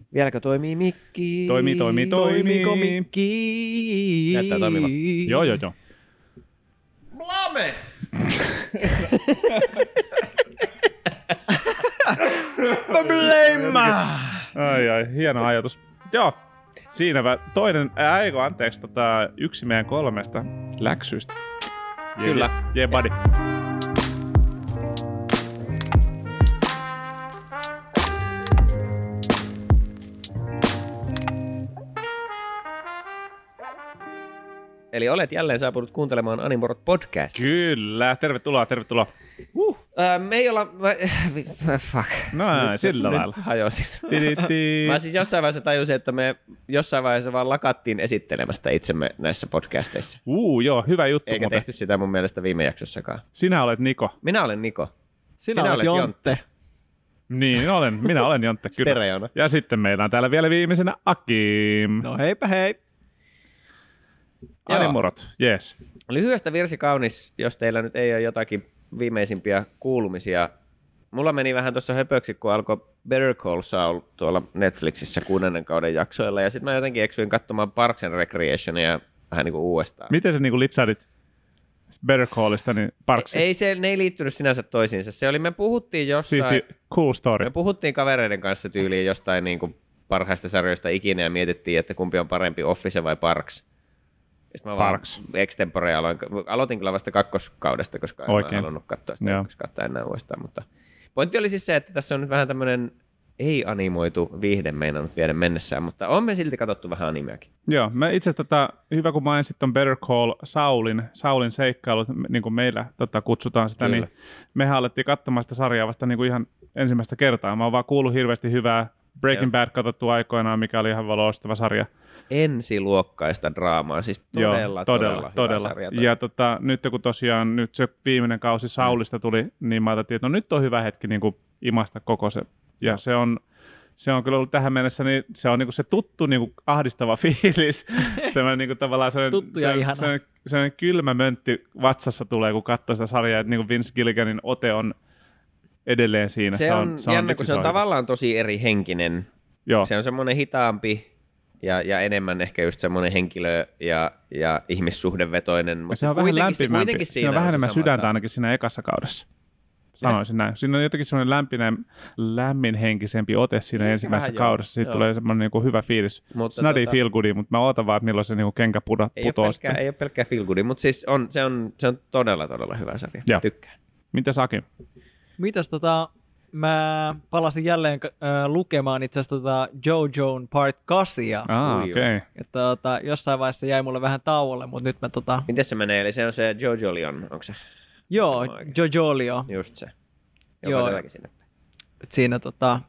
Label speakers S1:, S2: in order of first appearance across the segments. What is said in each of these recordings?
S1: Vieläkö toimii mikki?
S2: Toimii.
S3: Toimiiko mikki?
S1: Näyttää toimivan.
S2: Joo.
S1: Blame!
S2: Ai, hieno ajatus. Joo, siinäpä toinen, yksi meidän 3 läksyistä.
S1: Kyllä.
S2: Yeah, buddy.
S1: Eli olet jälleen saapunut kuuntelemaan Animorot podcast.
S2: Kyllä, tervetuloa.
S1: Me ei olla... Fuck.
S2: No sillä lailla.
S1: Hajosin. Mä siis jossain vaiheessa tajusin, että me jossain vaiheessa vaan lakattiin esittelemästä itsemme näissä podcasteissa.
S2: Joo, hyvä juttu.
S1: Eikä tehty sitä mun mielestä viime jaksossakaan.
S2: Sinä olet Niko.
S1: Minä olen Niko.
S3: Sinä olet Jontte.
S2: Niin, minä olen Jontte, kyllä.
S1: Stereona.
S2: Ja sitten meillä on täällä vielä viimeisenä Akim.
S3: No heipä hei.
S2: Animorot, yes.
S1: Lyhyestä virsi kaunis, jos teillä nyt ei ole jotakin viimeisimpiä kuulumisia. Mulla meni vähän tuossa höpöksi, kun alkoi Better Call Saul tuolla Netflixissä 6. kauden jaksoilla, ja sitten mä jotenkin eksyin katsomaan Parks and Recreationia vähän niin kuin uudestaan.
S2: Miten sä niin kuin lipsahdit Better Callista niin Parksiin?
S1: Ne ei liittynyt sinänsä toisiinsa. Se oli, me puhuttiin jossain...
S2: Siisti cool story.
S1: Me puhuttiin kavereiden kanssa tyyliin jostain niin kuin parhaista sarjoista ikinä, ja mietittiin, että kumpi on parempi, Office vai Parks. Sitten mä
S2: Parks.
S1: vaan extempore aloitin kyllä vasta 2. kaudesta, koska en mä halunnut katsoa sitä 1. kautta enää uudestaan. Mutta pointti oli siis se, että tässä on nyt vähän tämmöinen ei-animoitu viihde meinannut viedä mennessään, mutta on me silti katsottu vähän animeakin.
S2: Joo, mä itse asiassa hyvä kun mainitsit ton Better Call Saulin seikkailut, niin kuin meillä kutsutaan sitä,
S1: Kyllä.
S2: Niin mehän alettiin katsomaan sitä sarjaa vasta niin kuin ihan ensimmäistä kertaa. Mä oon vaan kuullut hirveästi hyvää. Breaking Bad katsottu aikoinaan, mikä oli ihan loistava sarja.
S1: Ensiluokkaista draamaa, siis todella hyvä sarja.
S2: Ja nyt kun tosiaan nyt se viimeinen kausi Saulista tuli, niin mä ajattelin, että no nyt on hyvä hetki niin kuin imasta koko se. Ja se on kyllä ollut tähän mennessä, niin se on niin kuin se tuttu niin kuin ahdistava fiilis. Semmoinen niin kuin tavallaan sellainen kylmä möntti vatsassa tulee, kun katsoo sitä sarjaa, että niin kuin Vince Gilliganin ote on edelleen siinä.
S1: Se on jännä, kun se on tavallaan tosi eri henkinen.
S2: Joo.
S1: Se on semmoinen hitaampi ja enemmän ehkä just semmoinen henkilö ja ihmissuhdevetoinen. Mutta
S2: se on vähän lämpimämpi.
S1: Siinä
S2: on vähän enemmän sydäntä ainakin siinä ekassa kaudessa. Sanoisin näin. Siinä on jotenkin semmoinen lämminhenkisempi ote siinä ensimmäisessä kaudessa. Siitä tulee semmoinen niinku hyvä fiilis. Snuddy feel goodi, mutta mä ootan vaan, että milloin se niinku kenkä putoo.
S1: Ei ole pelkkää feel goodi, mutta siis se on todella hyvä sarja.
S2: Joo.
S1: Tykkään.
S2: Mitäs Aki?
S3: Mitäs mä palasin jälleen lukemaan itse asiassa JoJo'n Part 8.
S2: Okei.
S3: Okay. Jossain vaiheessa jäi mulle vähän tauolle, mutta nyt mä
S1: Miten se menee? Eli se on se JoJolion, onko se?
S3: Joo, JoJolio.
S1: Just se.
S3: Joo. Siinä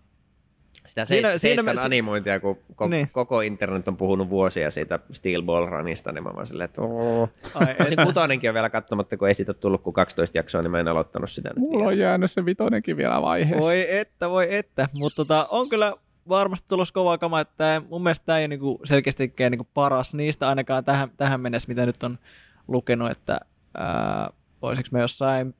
S1: sitä seiskan animointia, kun koko internet on puhunut vuosia siitä Steel Ball Runista, niin mä vaan silleen, että se 6:nenkin on vielä katsomatta, kun ei siitä ole tullut kuin 12 jaksoa, niin mä en aloittanut sitä nyt
S2: Mulla on jäänyt se 5:nenkin vielä vaiheessa.
S3: Voi että. Mutta on kyllä varmasti tulossa kovaa kamaa, että mun mielestä tämä ei ole niinku selkeästikään niinku paras niistä ainakaan tähän mennessä, mitä nyt on lukenut, että voisiko me jossain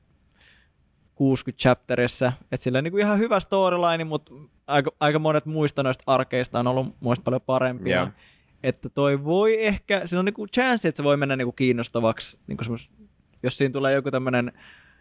S3: 60 chapterissa, että sillä on niinku ihan hyvä storyline, mutta aika monet muista noista arkeista on ollut muista paljon parempia.
S1: Yeah.
S3: Että toi voi ehkä, siinä on niinku chance, että se voi mennä niinku kiinnostavaksi, niinku jos siinä tulee joku tämmönen,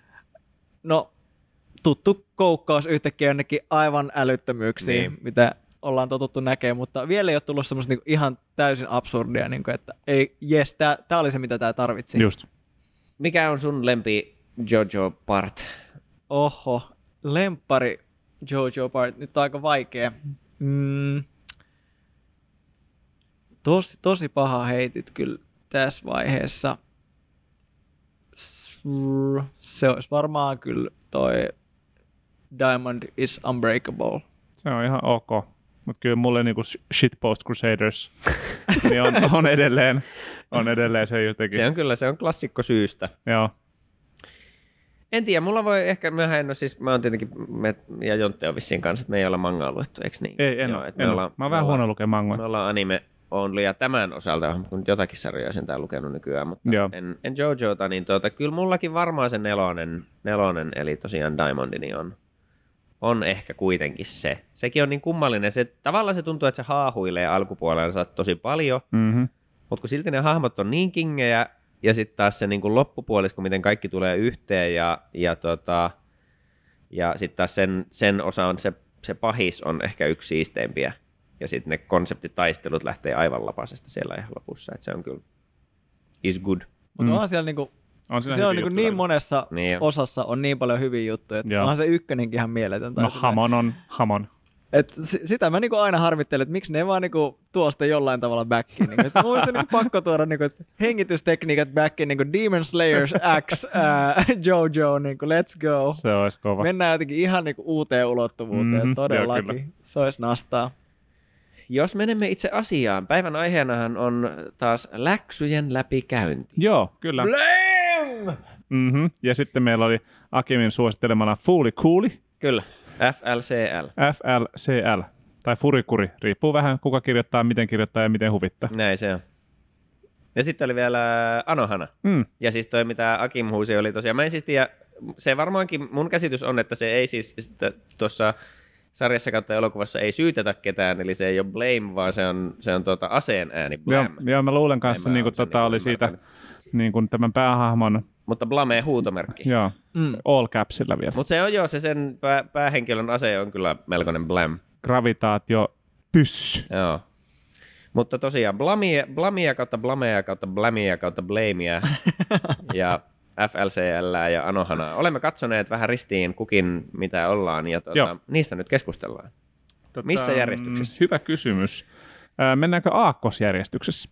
S3: tuttu koukkaus yhtäkkiä jonnekin aivan älyttömyyksiin, mitä ollaan totuttu näkemään, mutta vielä ei ole tullut semmoista niinku ihan täysin absurdia, niinku, että ei, jes, tää oli se, mitä tää tarvitsi.
S2: Just.
S1: Mikä on sun lempi JoJo part?
S3: Oho, lemppari JoJo part, nyt on aika vaikea. Tosi paha heitit kyllä tässä vaiheessa. Se olisi varmaan kyllä toi Diamond is Unbreakable.
S2: Se on ihan ok. Mutta kyllä mulle niinku Shitpost Crusaders niin on edelleen se jotenkin.
S1: Se on klassikko syystä.
S2: Joo.
S1: En tiedä, mulla voi ehkä, mä oon tietenkin, ja Jontte on vissiin kanssa, että me ei olla mangaa luettu, eikö niin?
S2: En ole. Mä oon vähän huono lukea mangoja. Me
S1: ollaan anime only, ja tämän osalta on jotakin sarjoja sentään lukenut nykyään, mutta en JoJota, niin kyllä mullakin varmaan se nelonen, eli tosiaan Diamond, niin on ehkä kuitenkin se. Sekin on niin kummallinen. Tavallaan se tuntuu, että se haahuilee alkupuolella tosi paljon, mutta kun silti ne hahmot on niin kingejä, ja sitten taas se niin kuin loppupuolisko, miten kaikki tulee yhteen, ja sitten taas sen osa on se pahis on ehkä yksi siisteimpiä. Ja sitten ne konseptitaistelut lähtee aivan lapasesta siellä ihan lopussa. Että se on kyllä is good.
S3: Mutta onhan siellä niinku, se on niin monessa osassa on niin paljon hyviä juttuja, että onhan se ykkönenkin ihan mieletön.
S2: No hamon.
S3: Et sitä mä niinku aina harmittelen, että miksi ne vaan niinku tuo sitä jollain tavalla backiin. Niinku, mun mielestä niinku pakko tuoda niinku, hengitystekniikat backiin, niinku Demon Slayers X, JoJo, niinku let's go.
S2: Se olisi kova.
S3: Mennään jotenkin ihan niinku uuteen ulottuvuuteen, todellakin. Se olisi nastaa.
S1: Jos menemme itse asiaan, päivän aiheenahan on taas läksyjen läpikäynti.
S2: Joo, kyllä.
S3: Blame!
S2: Ja sitten meillä oli Akimin suosittelemana Fooly Cooly.
S1: Kyllä, FLCL.
S2: FLCL, tai Furikuri, riippuu vähän kuka kirjoittaa, miten ja miten huvittaa.
S1: Näin se on. Ja sitten oli vielä Anohana. Ja siis toi, mitä Akim huusi, oli tosiaan, mä en siis tiedä, se varmaankin, mun käsitys on, että se ei siis tuossa sarjassa kautta elokuvassa ei syytetä ketään, eli se ei ole blame, vaan se on aseen ääni, blam.
S2: Joo, mä luulen kanssa, niin kuin oli siitä niin kuin tämän päähahmon.
S1: Mutta blame huutomerkki.
S2: Joo, all capsilla vielä.
S1: Mutta se on se sen päähenkilön ase on kyllä melkoinen blam.
S2: Gravitaatio pyssy.
S1: Joo. Mutta tosiaan blamia kautta blamea kautta blamia kautta blamea ja FLCL ja Anohanaa. Olemme katsoneet vähän ristiin kukin mitä ollaan ja niistä nyt keskustellaan. Missä järjestyksessä?
S2: Hyvä kysymys. Mennäänkö aakkosjärjestyksessä?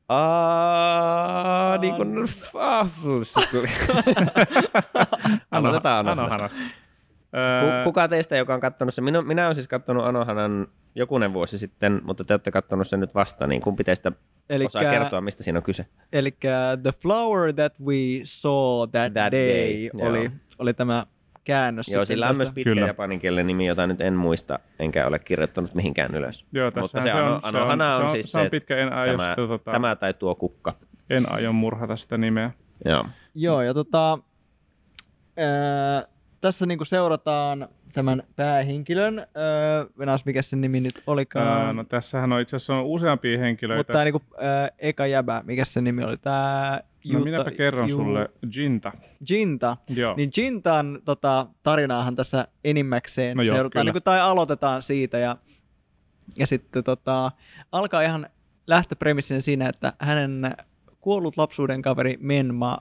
S1: Niin kuin Faflussa tuli. Aloitetaan Anohanasta. Kuka teistä, joka on katsonut sen? Minä olen siis katsonut Anohanan jokunen vuosi sitten, mutta te olette katsonut sen nyt vasta, niin kumpi teistä osaa kertoa, mistä siinä on kyse?
S3: Elikkä The Flower That We Saw That Day oli tämä käännös.
S1: Joo, sillä on myös pitkä japaninkielinen nimi, jota nyt en muista, enkä ole kirjoittanut mihinkään ylös.
S2: Joo,
S1: mutta se Anohana on siis se,
S2: pitkä,
S1: tämä tai tuo kukka.
S2: En aio murhata sitä nimeä.
S3: Joo, ja tässä niinku seurataan tämän päähenkilön, mikä sen nimi nyt olikaan?
S2: No tässähän on itse asiassa useampia henkilöitä.
S3: Mutta tämä niinku, eka jäbä, mikä sen nimi oli? Tää
S2: minäpä kerron sulle Jinta. Joo.
S3: Niin Jintan tarinaahan tässä enimmäkseen seurataan, niinku, tai aloitetaan siitä ja sitten alkaa ihan lähtöpremissinä siinä, että hänen kuollut lapsuuden kaveri Menma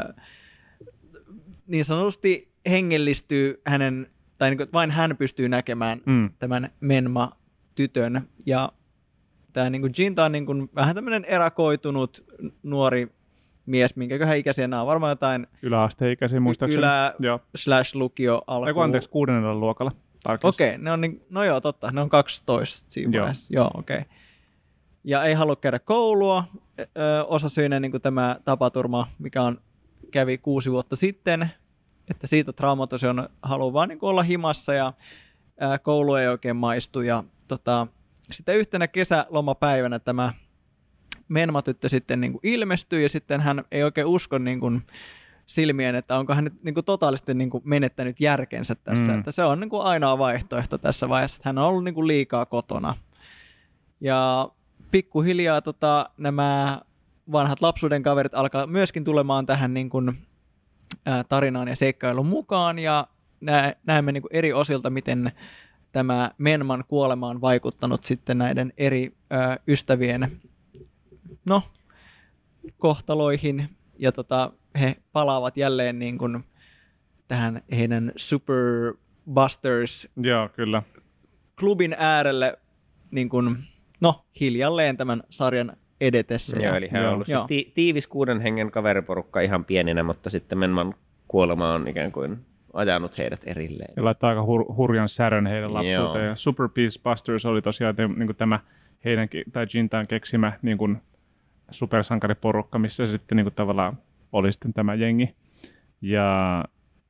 S3: niin sanotusti hengellistyy hänen, tai niin kuin, vain hän pystyy näkemään tämän Menma-tytön. Ja tämä niin kuin Jinta on niin kuin, vähän tämmöinen erakoitunut nuori mies, minkäköhän ikäisiä nämä on varmaan jotain
S2: yläasteikäisiä muistaakseni.
S3: Ylä/lukio alkuun.
S2: Anteeksi, 6. luokalla.
S3: Okei, ne on no joo, totta, ne on 12 siinä vaiheessa. Joo, okei. Ja ei halua käydä koulua. Osasyinen niin kuin tämä tapaturma, mikä kävi 6 vuotta sitten, että siitä traumatisoin haluaa vaan niin kuin olla himassa ja koulu ei oikein maistu. Ja sitten yhtenä kesälomapäivänä tämä Menma-tyttö sitten niin kuin ilmestyy ja sitten hän ei oikein usko niin kuin silmien, että onko hän nyt niin kuin totaalisesti niin kuin menettänyt järkensä tässä. Että se on niin kuin ainoa vaihtoehto tässä vaiheessa, että hän on ollut niin kuin liikaa kotona. Ja pikkuhiljaa nämä vanhat lapsuuden kaverit alkaa myöskin tulemaan tähän niin kuin tarinaan ja seikkailun mukaan, ja näemme niin kuin eri osilta, miten tämä Menman kuolema on vaikuttanut sitten näiden eri ystävien kohtaloihin, ja he palaavat jälleen niin kuin tähän heidän Super Busters klubin äärelle niin kuin, hiljalleen tämän sarjan edetessä.
S1: Joo, eli hän on ollut siis tiivis 6 hengen kaveriporukka ihan pieninä, mutta sitten Menman kuolema on ikään kuin ajanut heidät erilleen.
S2: Ja laittaa aika hurjan särön heidän lapsuuteen. Ja Super Peace Busters oli tosiaan niin kuin tämä heidän tai Jintan keksimä niin kuin supersankariporukka, missä sitten niin kuin tavallaan oli sitten tämä jengi. Ja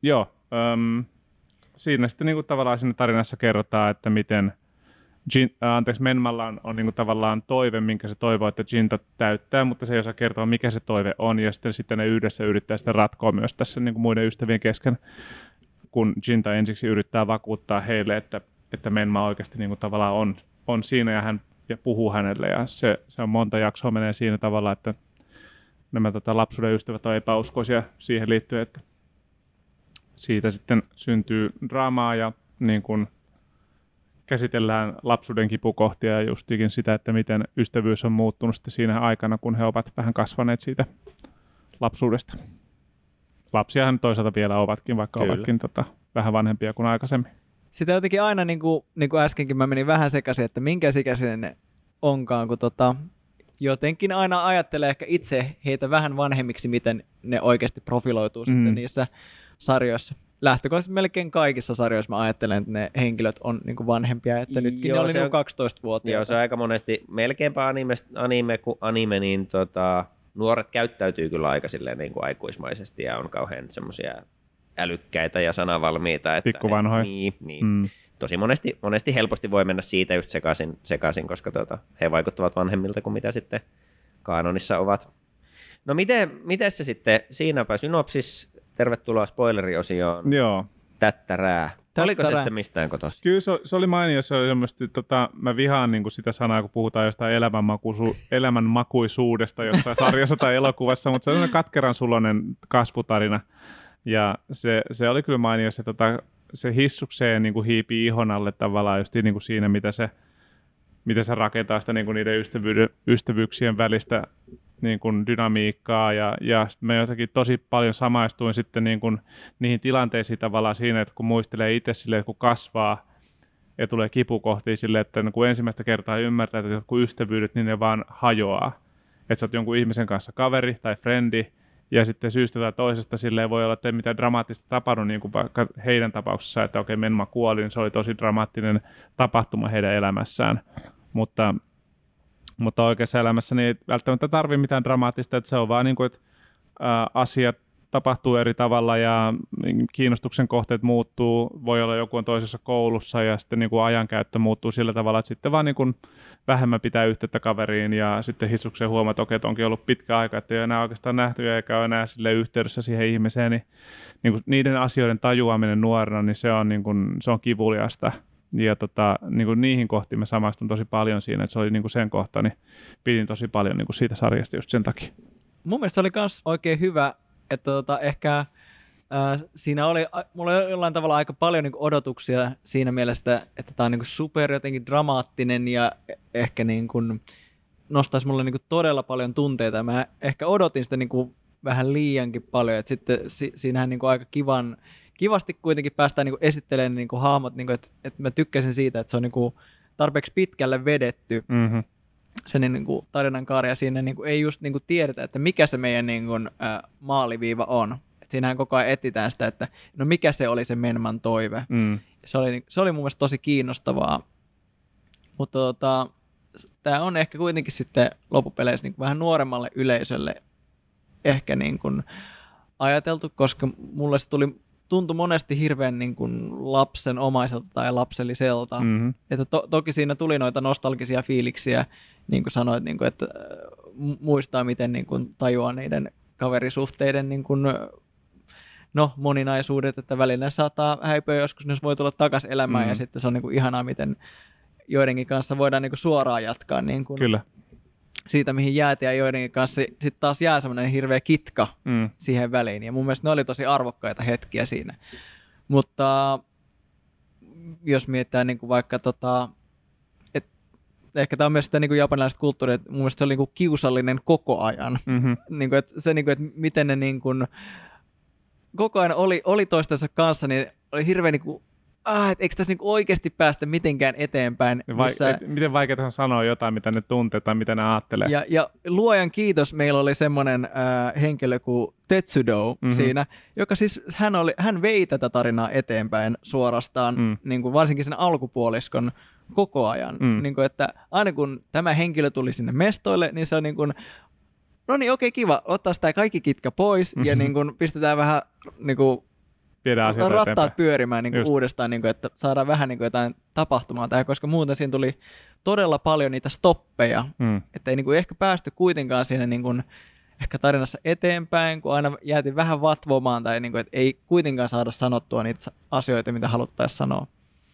S2: siinä sitten niin kuin tavallaan siinä tarinassa kerrotaan, että miten Menmalla on niin kuin tavallaan toive, minkä se toivoo, että Jinta täyttää, mutta se ei osaa kertoa, mikä se toive on, ja sitten ne yhdessä yrittää sitä ratkoa myös tässä niin kuin muiden ystävien kesken kun Jinta ensiksi yrittää vakuuttaa heille, että Menma oikeasti niin kuin tavallaan on siinä ja puhuu hänelle, ja se on monta jaksoa menee siinä tavalla, että nämä lapsuuden ystävät on epäuskoisia siihen liittyen, että siitä sitten syntyy draamaa ja niin kuin käsitellään lapsuuden kipukohtia ja justikin sitä, että miten ystävyys on muuttunut sitten siinä aikana, kun he ovat vähän kasvaneet siitä lapsuudesta. Lapsiahan toisaalta vielä ovatkin, vaikka Kyllä. ovatkin vähän vanhempia kuin aikaisemmin.
S3: Sitä jotenkin aina, niin kuin äskenkin mä menin vähän sekaisin, että minkä ikäisiä ne onkaan, kun jotenkin aina ajattelee ehkä itse heitä vähän vanhemmiksi, miten ne oikeasti profiloituu sitten niissä sarjoissa. Lähtökohtaisesti melkein kaikissa sarjoissa mä ajattelen, että ne henkilöt on niin kuin vanhempia, että nytkin ne oli niin 12-vuotiaita.
S1: Joo, se on aika monesti melkeinpä anime kuin anime, niin nuoret käyttäytyy kyllä aika silleen niin kuin aikuismaisesti ja on kauhean semmoisia älykkäitä ja sanavalmiita. Että
S2: pikkuvanhoja.
S1: Niin. Tosi monesti helposti voi mennä siitä just sekaisin koska he vaikuttavat vanhemmilta kuin mitä sitten kaanonissa ovat. No miten se sitten, siinäpä synopsis, tervetuloa spoileriosioon.
S2: Joo.
S1: Tättärää. Oliko se sitten mistään kotoisin?
S2: Kyllä se oli mainio, se oli semmoisesti, mä vihaan niin kuin sitä sanaa, kun puhutaan jostain elämänmakuisuudesta jossain sarjassa tai elokuvassa, mutta se on katkeran suloinen kasvutarina. Ja se oli kyllä mainio, se hissukseen niin kuin hiipii ihon alle tavallaan just niin kuin siinä, miten se rakentaa sitä niin kuin niiden ystävyyksien välistä niin kuin dynamiikkaa, ja mä jotenkin tosi paljon samaistuin sitten niin kuin niihin tilanteisiin tavallaan siinä, että kun muistelee itse silleen, että kun kasvaa ja tulee kipukohtia silleen, että kun ensimmäistä kertaa ymmärtää, että jotkut ystävyydet, niin ne vaan hajoaa. Että sä oot jonkun ihmisen kanssa kaveri tai frendi, ja sitten syystä tai toisesta silleen voi olla, että ei mitään dramaattista tapahtunut, niin kuin vaikka heidän tapauksessaan, että okei, Menma kuoli, niin se oli tosi dramaattinen tapahtuma heidän elämässään. Mutta oikeassa elämässä niin ei välttämättä tarvitse mitään dramaattista, että se on vaan niin kuin, että asiat tapahtuu eri tavalla ja kiinnostuksen kohteet muuttuu, voi olla joku on toisessa koulussa ja sitten niin kuin ajankäyttö muuttuu sillä tavalla, että sitten vaan niin kuin vähemmän pitää yhteyttä kaveriin ja sitten hissukseen huomaa, että okei, että onkin ollut pitkä aika, että ei ole enää oikeastaan nähty eikä ole enää sille yhteydessä siihen ihmiseen, niin kuin niiden asioiden tajuaminen nuorena, niin se on kivuliasta. Ja niin kuin niihin kohtiin mä samaistun tosi paljon siinä, että se oli niin kuin sen kohta, niin pidin tosi paljon niin kuin siitä sarjasta just sen takia.
S3: Mun mielestä se oli myös oikein hyvä, että ehkä siinä mulla oli jollain tavalla aika paljon niin kuin odotuksia siinä mielessä, että tämä on niin kuin super jotenkin dramaattinen ja ehkä niin kuin nostaisi mulle niin kuin todella paljon tunteita. Mä ehkä odotin sitä niin kuin vähän liiankin paljon, että sitten siinähän niin kuin aika kivasti kuitenkin päästään niin kuin esittelemään niin kuin hahmot, niin kuin, että mä tykkäsin siitä, että se on niin kuin tarpeeksi pitkälle vedetty se niin kuin tarinan kaari, ja siinä niin kuin ei just niin kuin tiedetä, että mikä se meidän niin kuin, maaliviiva on. Et siinähän koko ajan etsitään sitä, että no mikä se oli se Menman toive. Se oli mun mielestä tosi kiinnostavaa, mutta tämä on ehkä kuitenkin sitten loppupeleissä niin kuin vähän nuoremmalle yleisölle ehkä niin kuin ajateltu, koska mulle se tuntui monesti hirveän niin kuin lapsenomaiselta tai lapselliselta. Että toki siinä tuli noita nostalgisia fiiliksiä, niin kuin sanoit, niin kuin, että muistaa, miten niin kuin tajuaa niiden kaverisuhteiden niin kuin, moninaisuudet, että välillä saattaa häipyä joskus, jos voi tulla takaisin elämään, ja sitten se on niin kuin ihanaa, miten joidenkin kanssa voidaan niin kuin suoraan jatkaa niin kuin
S2: Kyllä.
S3: siitä, mihin jäätiin, ja joidenkin kanssa sitten taas jää semmoinen hirveä kitka siihen väliin, ja mun mielestä ne oli tosi arvokkaita hetkiä siinä. Mutta jos mietitään niin kuin vaikka ehkä tämä on myös sitä niin kuin japanilaista kulttuuria, että mun mielestä se oli niin kuin kiusallinen koko ajan. Niin kuin, että se, niin kuin, että miten ne niin kuin koko ajan oli toistensa kanssa, niin oli hirveän niin kuin, että eikö tässä niin kuin oikeasti päästä mitenkään eteenpäin.
S2: Miten vaikeaa sanoa jotain, mitä ne tuntee tai mitä ne ajattelee. Ja
S3: luojan kiitos, meillä oli semmoinen henkilö kuin Tetsudo siinä, joka siis hän vei tätä tarinaa eteenpäin suorastaan, niin kuin varsinkin sen alkupuoliskon koko ajan. Niin kuin, että aina kun tämä henkilö tuli sinne mestoille, niin se on niin kuin, no niin, okei, kiva, ottaa sitä kaikki kitka pois ja niin kuin pistetään vähän niin kuin rattaat eteenpäin pyörimään niin kuin uudestaan, niin kuin, että saadaan vähän niin kuin jotain tapahtumaa tähän, koska muuten siinä tuli todella paljon niitä stoppeja, että ei niin kuin ehkä päästy kuitenkaan siinä niin kuin ehkä tarinassa eteenpäin, kun aina jäätiin vähän vatvomaan tai niin kuin, että ei kuitenkaan saada sanottua niitä asioita, mitä haluttaisiin sanoa.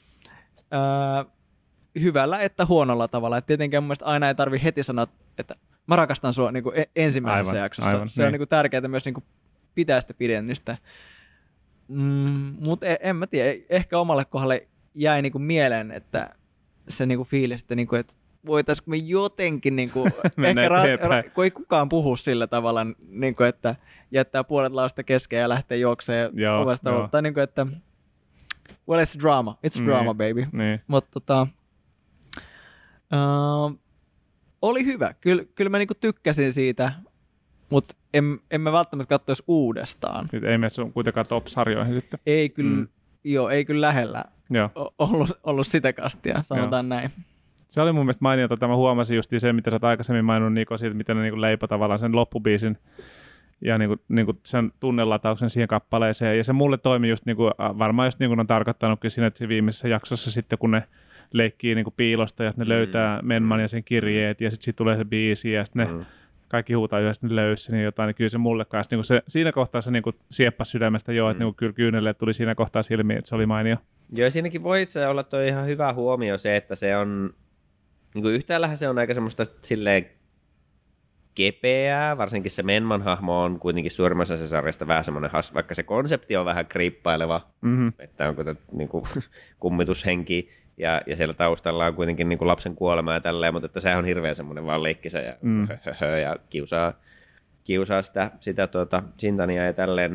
S3: Hyvällä että huonolla tavalla. Et tietenkään mun mielestä aina ei tarvitse heti sanoa, että mä rakastan sua niin kuin ensimmäisessä jaksossa. Aivan, se on niin kuin tärkeää myös niin kuin pitää sitä pidennystä. Mutta en mä tiedä, ehkä omalle kohdalle jäi niin kuin mieleen, että se niin kuin fiilis, että, niin kuin, että voitaisiinko me jotenkin, niin kuin, ehkä kun ei kukaan puhu sillä tavalla, niin kuin, että jättää puolet lausta kesken ja lähtee juokseen ovesta. Tai niin kuin, että well, it's drama. It's drama, baby.
S2: Niin.
S3: Mutta oli hyvä. Kyllä mä niinku tykkäsin siitä, mutta en mä välttämättä katsoisi uudestaan.
S2: Nyt ei mene sun kuitenkaan top-sarjoihin sitten.
S3: Ei kyllä, ei kyllä lähellä ollut sitä kastia, sanotaan näin.
S2: Se oli mun mielestä mainiota, että mä huomasin just se, mitä sä oot aikaisemmin maininnut Niko, siitä, miten ne niinku leipoi tavallaan sen loppubiisin ja niinku sen tunnelatauksen siihen kappaleeseen. Ja se mulle toimi just varmaan just niin kuin on tarkoittanutkin siinä, että viimeisessä jaksossa sitten, kun ne leikkii niinku piilosta ja ne löytää Menman ja sen kirjeet ja sitten tulee se biisi ja sitten ne kaikki huutaa yhdessä ne löysi niin jotain, niin kyllä se mulle kanssa niinku siinä kohtaa se niinku sieppasi sydämestä että niinku kyllä kyynelle tuli siinä kohtaa silmiin, että se oli mainio.
S1: Joo, siinäkin voi itse olla toi ihan hyvä huomio se, että se on niinku yhtäällähän se on aika semmoista silleen kepeää, varsinkin se Menman hahmo on kuitenkin suurimmassa se sarjasta vähän semmoinen vaikka se konsepti on vähän kriippaileva, että onko niinku kummitushenki, ja siellä taustalla on kuitenkin niin kuin lapsen kuolema ja tälleen, mutta että sehän on hirveän semmoinen vaan leikkisä ja ja kiusaa sitä Chintania ja tälleen,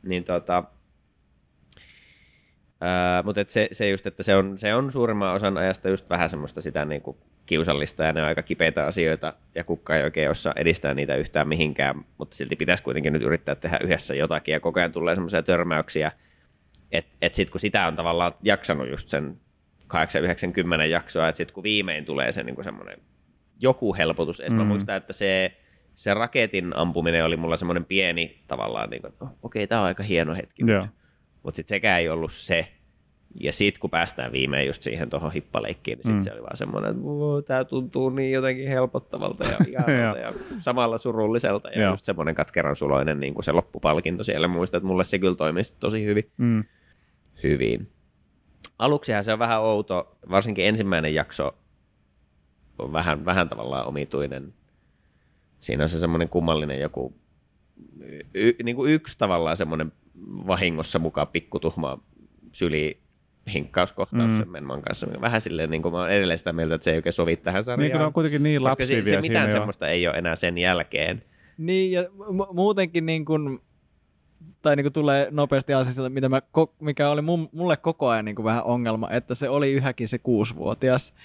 S1: mutta että se just, että se on suurimman osan ajasta just vähän semmoista sitä niin kuin kiusallista ja ne on aika kipeitä asioita ja kukka ei oikein osaa edistää niitä yhtään mihinkään, mutta silti pitäisi kuitenkin nyt yrittää tehdä yhdessä jotakin ja koko ajan tulee semmoisia törmäyksiä, että sitten kun sitä on tavallaan jaksanut just sen 8-90 jaksoa, että sitten kun viimein tulee se niin semmoinen joku helpotus. Mä muistan, että se raketin ampuminen oli mulla semmoinen pieni tavallaan, niin kuin, että okei, tää on aika hieno hetki. Mutta sitten sekään ei ollut se. Ja sitten kun päästään viimein just siihen tuohon hippaleikkiin, niin sitten se oli vaan semmoinen, että tää tuntuu niin jotenkin helpottavalta ja ihanalta ja samalla surulliselta. Ja just semmoinen katkeran suloinen niin kuin se loppupalkinto siellä. Muistan, että mulle se kyllä toimisi tosi hyvin. Aluksihan se on vähän outo, varsinkin ensimmäinen jakso on vähän tavallaan omituinen. Siinä on se semmoinen kummallinen joku, niin kuin yksi tavallaan semmoinen vahingossa mukaan pikkutuhma sylihinkkauskohtaus sen Menman kanssa. Vähän silleen, niin kuin mä oon edelleen sitä mieltä, että se ei oikein sovi tähän sarjaan.
S2: Niin kuin on kuitenkin niin lapsia
S1: koska se mitään semmoista ei ole enää sen jälkeen.
S3: Niin ja muutenkin niin kuin tai niin kuin tulee nopeasti asiasta, mikä oli mulle koko ajan niin kuin vähän ongelma, että se oli yhäkin se 6-vuotias.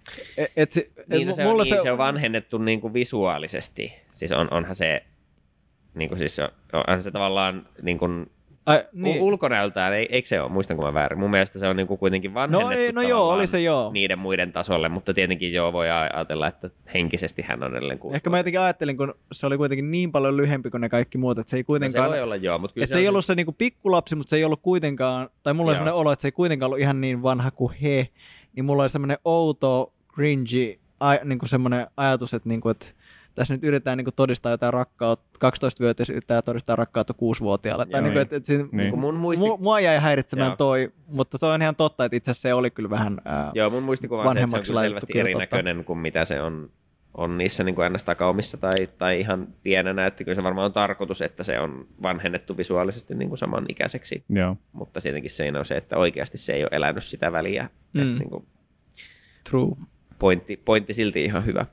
S1: Se on vanhennettu niin kuin visuaalisesti. Siis onhan se, niin kuin siis onhan se tavallaan niin kuin ulkonäöltään, eikö se ole? Muistanko mä väärin? Mun mielestä se on niin kuin kuitenkin vanhennettu
S3: oli se
S1: niiden muiden tasolle, mutta tietenkin voi ajatella, että henkisesti hän on edelleen 6.
S3: Ehkä mä jotenkin ajattelin, kun se oli kuitenkin niin paljon lyhempi kuin ne kaikki muut, että se ei kuitenkaan...
S1: No se voi olla mutta kyllä
S3: se ei ollut se niin kuin pikkulapsi, mutta se ei ollut kuitenkaan, tai mulla oli sellainen olo, että se ei kuitenkaan ollut ihan niin vanha kuin he, niin mulla oli semmoinen outo, cringy, niin kuin semmoinen ajatus, että, niin kuin, että tässä nyt yritetään niin kuin todistaa jotain rakkautta, 12-vuotias yrittää todistaa rakkautta 6-vuotiaalle. Tai niin kuin, että siinä, mua jäi häiritsemään toi, mutta toi on ihan totta, että itse asiassa se oli kyllä vähän
S1: mun muistikuva on se, että se on selvästi erinäköinen kuin mitä se on niissä niin kuin ennäs takaumissa tai ihan pienenä, että kyllä se varmaan on tarkoitus, että se on vanhennettu visuaalisesti niin kuin samanikäiseksi, mutta tietenkin se on se, että oikeasti se ei ole elänyt sitä väliä. Niin kuin
S3: true.
S1: Pointti silti ihan hyvä.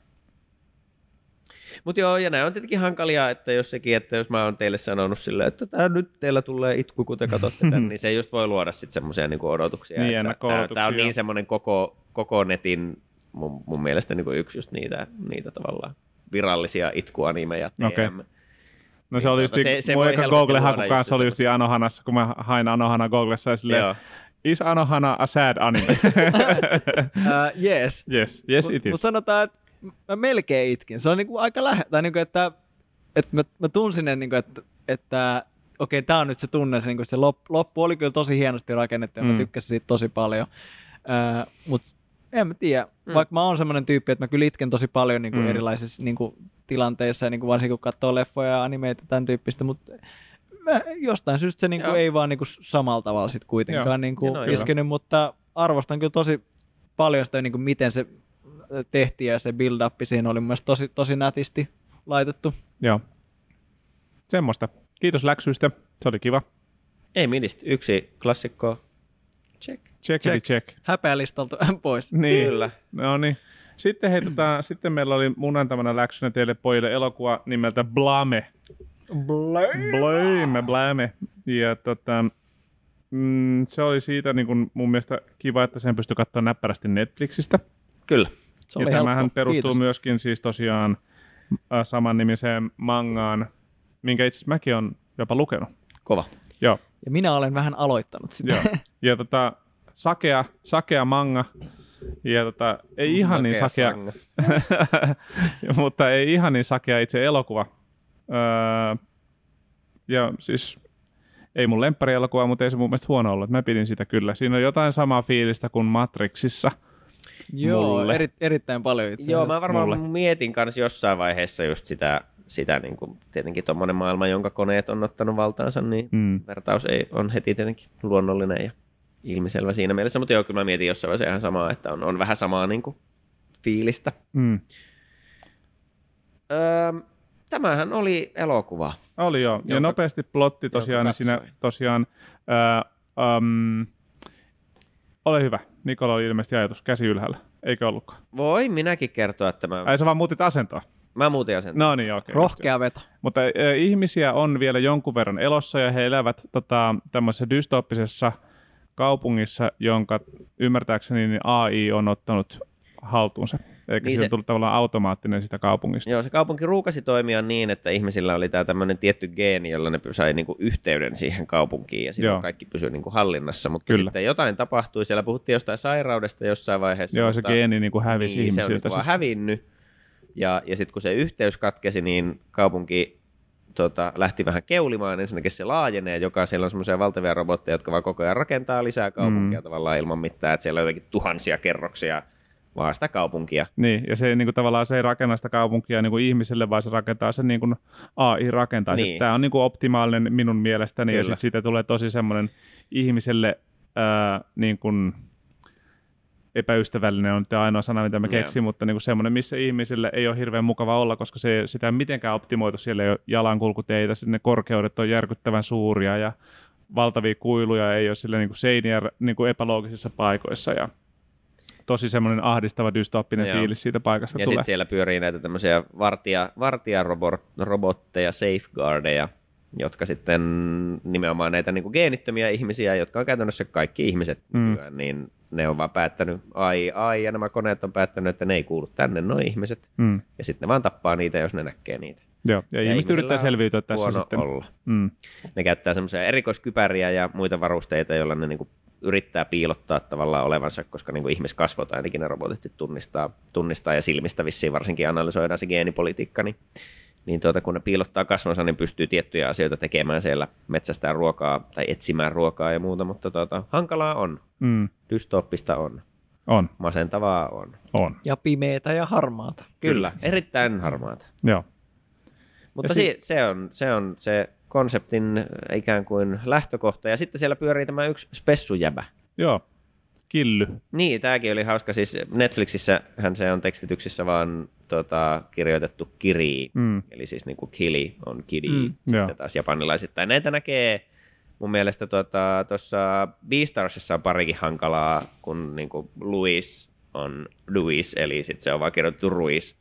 S1: Mutta ja nämä on tietenkin hankalia, että jos mä oon teille sanonut silleen, että nyt teillä tulee itku, kun te katsotte tämän, niin se just voi luoda sitten semmoisia niinku odotuksia.
S2: Niin,
S1: tämä on niin semmoinen koko netin mun mielestä niinku yksi just niitä tavallaan virallisia itkuanimeja.
S2: Okay. No se oli just mun eka Google-haku kanssa oli just Anohanassa, kun mä hain Anohana Googlessa ja silleen, is Anohana a sad anime?
S3: Yes.
S2: Yes it is.
S3: Mutta sanotaan, että mä melkein itkin. Se on niinku aika lähellä, niinku, että mä tunsin, niinku, että okei, tää on nyt se tunne, niinku, se loppu oli kyllä tosi hienosti rakennettu ja mä tykkäsin siitä tosi paljon. Mutta En mä tiedä, vaikka mä oon semmoinen tyyppi, että mä kyllä itken tosi paljon niin kuin erilaisissa niin kuin tilanteissa, ja niin kuin varsinkin kun katsoo leffoja ja animeita tämän tyyppistä, mutta jostain syystä se niin kuin ei vaan niin kuin samalla tavalla sit kuitenkaan niin kuin iskenyt, mutta arvostan kyllä tosi paljon sitä, niin kuin miten se tehtiin ja se build-up siinä oli mun mielestä tosi nätisti laitettu.
S2: Joo. Semmoista. Kiitos läksyistä. Se oli kiva.
S1: Ei ministä. Yksi klassikko. Check.
S2: Check.
S3: Häpeälistalta pois.
S2: Niin.
S1: Kyllä.
S2: No niin. Sitten, sitten meillä oli mun antamana läksynä teille pojille elokuva nimeltä Blame. Blame. Ja se oli siitä niin kun mun mielestä kiva, että sen pystyi katsoa näppärästi Netflixistä.
S1: Kyllä.
S2: Ja tämähän perustuu myöskin siis tosiaan samannimiseen mangaan, minkä itse asiassa mäkin olen jopa lukenut.
S1: Kova.
S2: Joo.
S3: Ja minä olen vähän aloittanut sitä.
S2: Joo. Ja sakea manga. Ja ei ihan niin sakea, mutta ei ihan niin sakea itse elokuva. Ja siis ei mun lemppari-elokuva, mutta ei se mun mielestä huono ollut. Mä pidin sitä kyllä. Siinä on jotain samaa fiilistä kuin Matrixissa.
S3: Joo, erittäin paljon itse asiassa.
S1: Joo, mä varmaan mietin kanssa jossain vaiheessa just sitä niin kuin, tietenkin tommonen maailma, jonka koneet on ottanut valtaansa, niin vertaus on heti tietenkin luonnollinen ja ilmiselvä siinä mielessä, mutta joo, kyllä mä mietin jossain vaiheessa ihan samaa, että on vähän samaa niin kuin fiilistä. Tämähän oli elokuva.
S2: Oli joo, ja nopeasti plotti tosiaan, niin siinä tosiaan, ole hyvä, Nikola oli ilmeisesti ajatus, käsi ylhäällä, eikö ollutkaan?
S1: Voi minäkin kertoa, että
S2: Ai sä vaan muutit asentoa?
S1: Mä muutin asentoa.
S2: No niin, okei.
S3: Rohkea veto.
S2: Mutta ihmisiä on vielä jonkun verran elossa, ja he elävät tämmöisessä dystoppisessa kaupungissa, jonka ymmärtääkseni niin AI on ottanut haltuunsa. Eikä niin siitä on tullut tavallaan automaattinen sitä kaupungista.
S1: Joo, se kaupunki ruukasi toimia niin, että ihmisillä oli tämä tämmöinen tietty geeni, jolla ne sai niinku yhteyden siihen kaupunkiin ja silloin kaikki pysyi niinku hallinnassa. Mutta sitten jotain tapahtui, siellä puhuttiin jostain sairaudesta jossain vaiheessa.
S2: Joo, se geeni niinku hävisi
S1: niin,
S2: ihmisiltä.
S1: Se on niinku vaan hävinnyt. Ja sitten kun se yhteys katkesi, niin kaupunki lähti vähän keulimaan, ensinnäkin se laajenee, siellä on semmoisia valtavia robotteja, jotka vaan koko ajan rakentaa lisää kaupunkia tavallaan ilman mitään, että siellä on jotenkin tuhansia kerroksia vaan sitä kaupunkia.
S2: Niin, ja se niin tavallaan se ei rakenna sitä kaupunkia niin kuin ihmiselle, vaan se rakentaa sen niin kuin AI rakentaa. Niin. Tämä on niin kuin optimaalinen minun mielestäni, ja sitten siitä tulee tosi semmoinen ihmiselle niin kuin epäystävällinen on tämä ainoa sana, mitä mä keksin, mutta niin kuin semmoinen, missä ihmisille ei ole hirveän mukava olla, koska sitä ei mitenkään optimoitu, siellä ei ole jalankulkuteitä, ne korkeudet on järkyttävän suuria ja valtavia kuiluja, ei ole sille niin kuin seiniä niin kuin epäloogisissa paikoissa ja tosi semmoinen ahdistava dystoppinen fiilis siitä paikasta
S1: ja
S2: tulee.
S1: Ja sitten siellä pyörii näitä tämmöisiä vartijarobotteja, safeguardeja, jotka sitten nimenomaan näitä niin kuin geenittömiä ihmisiä, jotka on käytännössä kaikki ihmiset nykyään, niin ne on vaan päättänyt, AI ja nämä koneet on päättänyt, että ne ei kuulu tänne, nuo ihmiset, ja sitten ne vaan tappaa niitä, jos ne näkee niitä.
S2: Joo, ja ihmiset yrittää selviytyä tässä sitten.
S1: Olla. Ne käyttää semmoisia erikoiskypäriä ja muita varusteita, joilla ne niinku yrittää piilottaa tavallaan olevansa, koska niinku ihmiskasvot ainakin ne robotit sit tunnistaa ja silmistä vissiin varsinkin analysoidaan se geenipolitiikka, niin kun ne piilottaa kasvonsa, niin pystyy tiettyjä asioita tekemään siellä, metsästään ruokaa tai etsimään ruokaa ja muuta, mutta hankalaa on. Dystooppista on.
S2: On.
S1: Masentavaa on.
S2: On.
S3: Ja pimeätä ja harmaata.
S1: Kyllä, erittäin harmaata.
S2: Joo.
S1: Mutta se on se konseptin ikään kuin lähtökohta. Ja sitten siellä pyörii tämä yksi spessujäbä.
S2: Joo, Killy.
S1: Niin, tämäkin oli hauska. Siis Netflixissähän se on tekstityksissä vaan kirjoitettu kiri. Eli siis niin kuin kili on kidi. Sitten taas japanilaisittain. Näitä näkee mun mielestä tuossa Beastarsissa on parikin hankalaa, kun niin kuin Luis, eli sitten se on vaan kirjoitettu Ruis.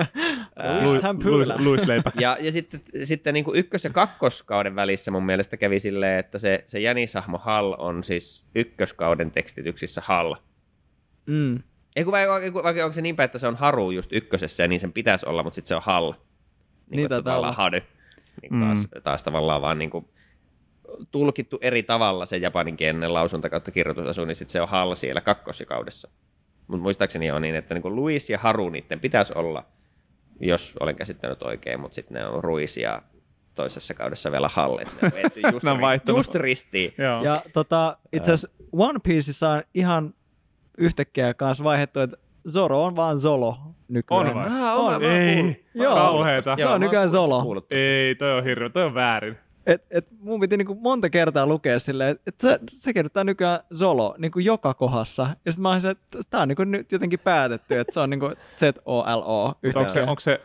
S2: Luisleipä.
S1: Ja sitten niin kuin ykkös- ja kakkoskauden välissä mun mielestä kävi silleen, että se jänishahmo Hal on siis ykköskauden tekstityksissä Hal. Vai onko se niinpä, että se on Haru just ykkösessä, ja niin sen pitäisi olla, mutta sitten se on Hal. Niin tavallaan Hady. Niin taas tavallaan vaan niin kuin tulkittu eri tavalla se japaninkielinen lausunta kautta kirjoitusasu, niin sitten se on Hal siellä kakkoskaudessa. Mutta muistaakseni on niin, että niin kuin Luis ja Haru niiden pitäisi olla, jos olen käsittänyt oikein, mutta sitten ne on Ruis ja toisessa kaudessa vielä Hal. Just ristiin.
S3: Ja itse asiassa One Piecessa on ihan yhtäkkiä kanssa vaihdettu, että Zoro on vaan Zolo nykyään.
S2: On vai?
S3: On.
S2: Ei,
S3: Joo.
S2: kauheeta.
S3: Se on nykyään Zolo.
S2: Ei, toi on hirveä, toi on väärin.
S3: Mun piti niinku monta kertaa lukea silleen, että se kirjoittaa nykyään Zolo niinku joka kohdassa. Ja sitten mä olisin, että tää on niinku nyt jotenkin päätetty, että se on niinku Z-O-L-O yhtäkkiä.
S2: Onko se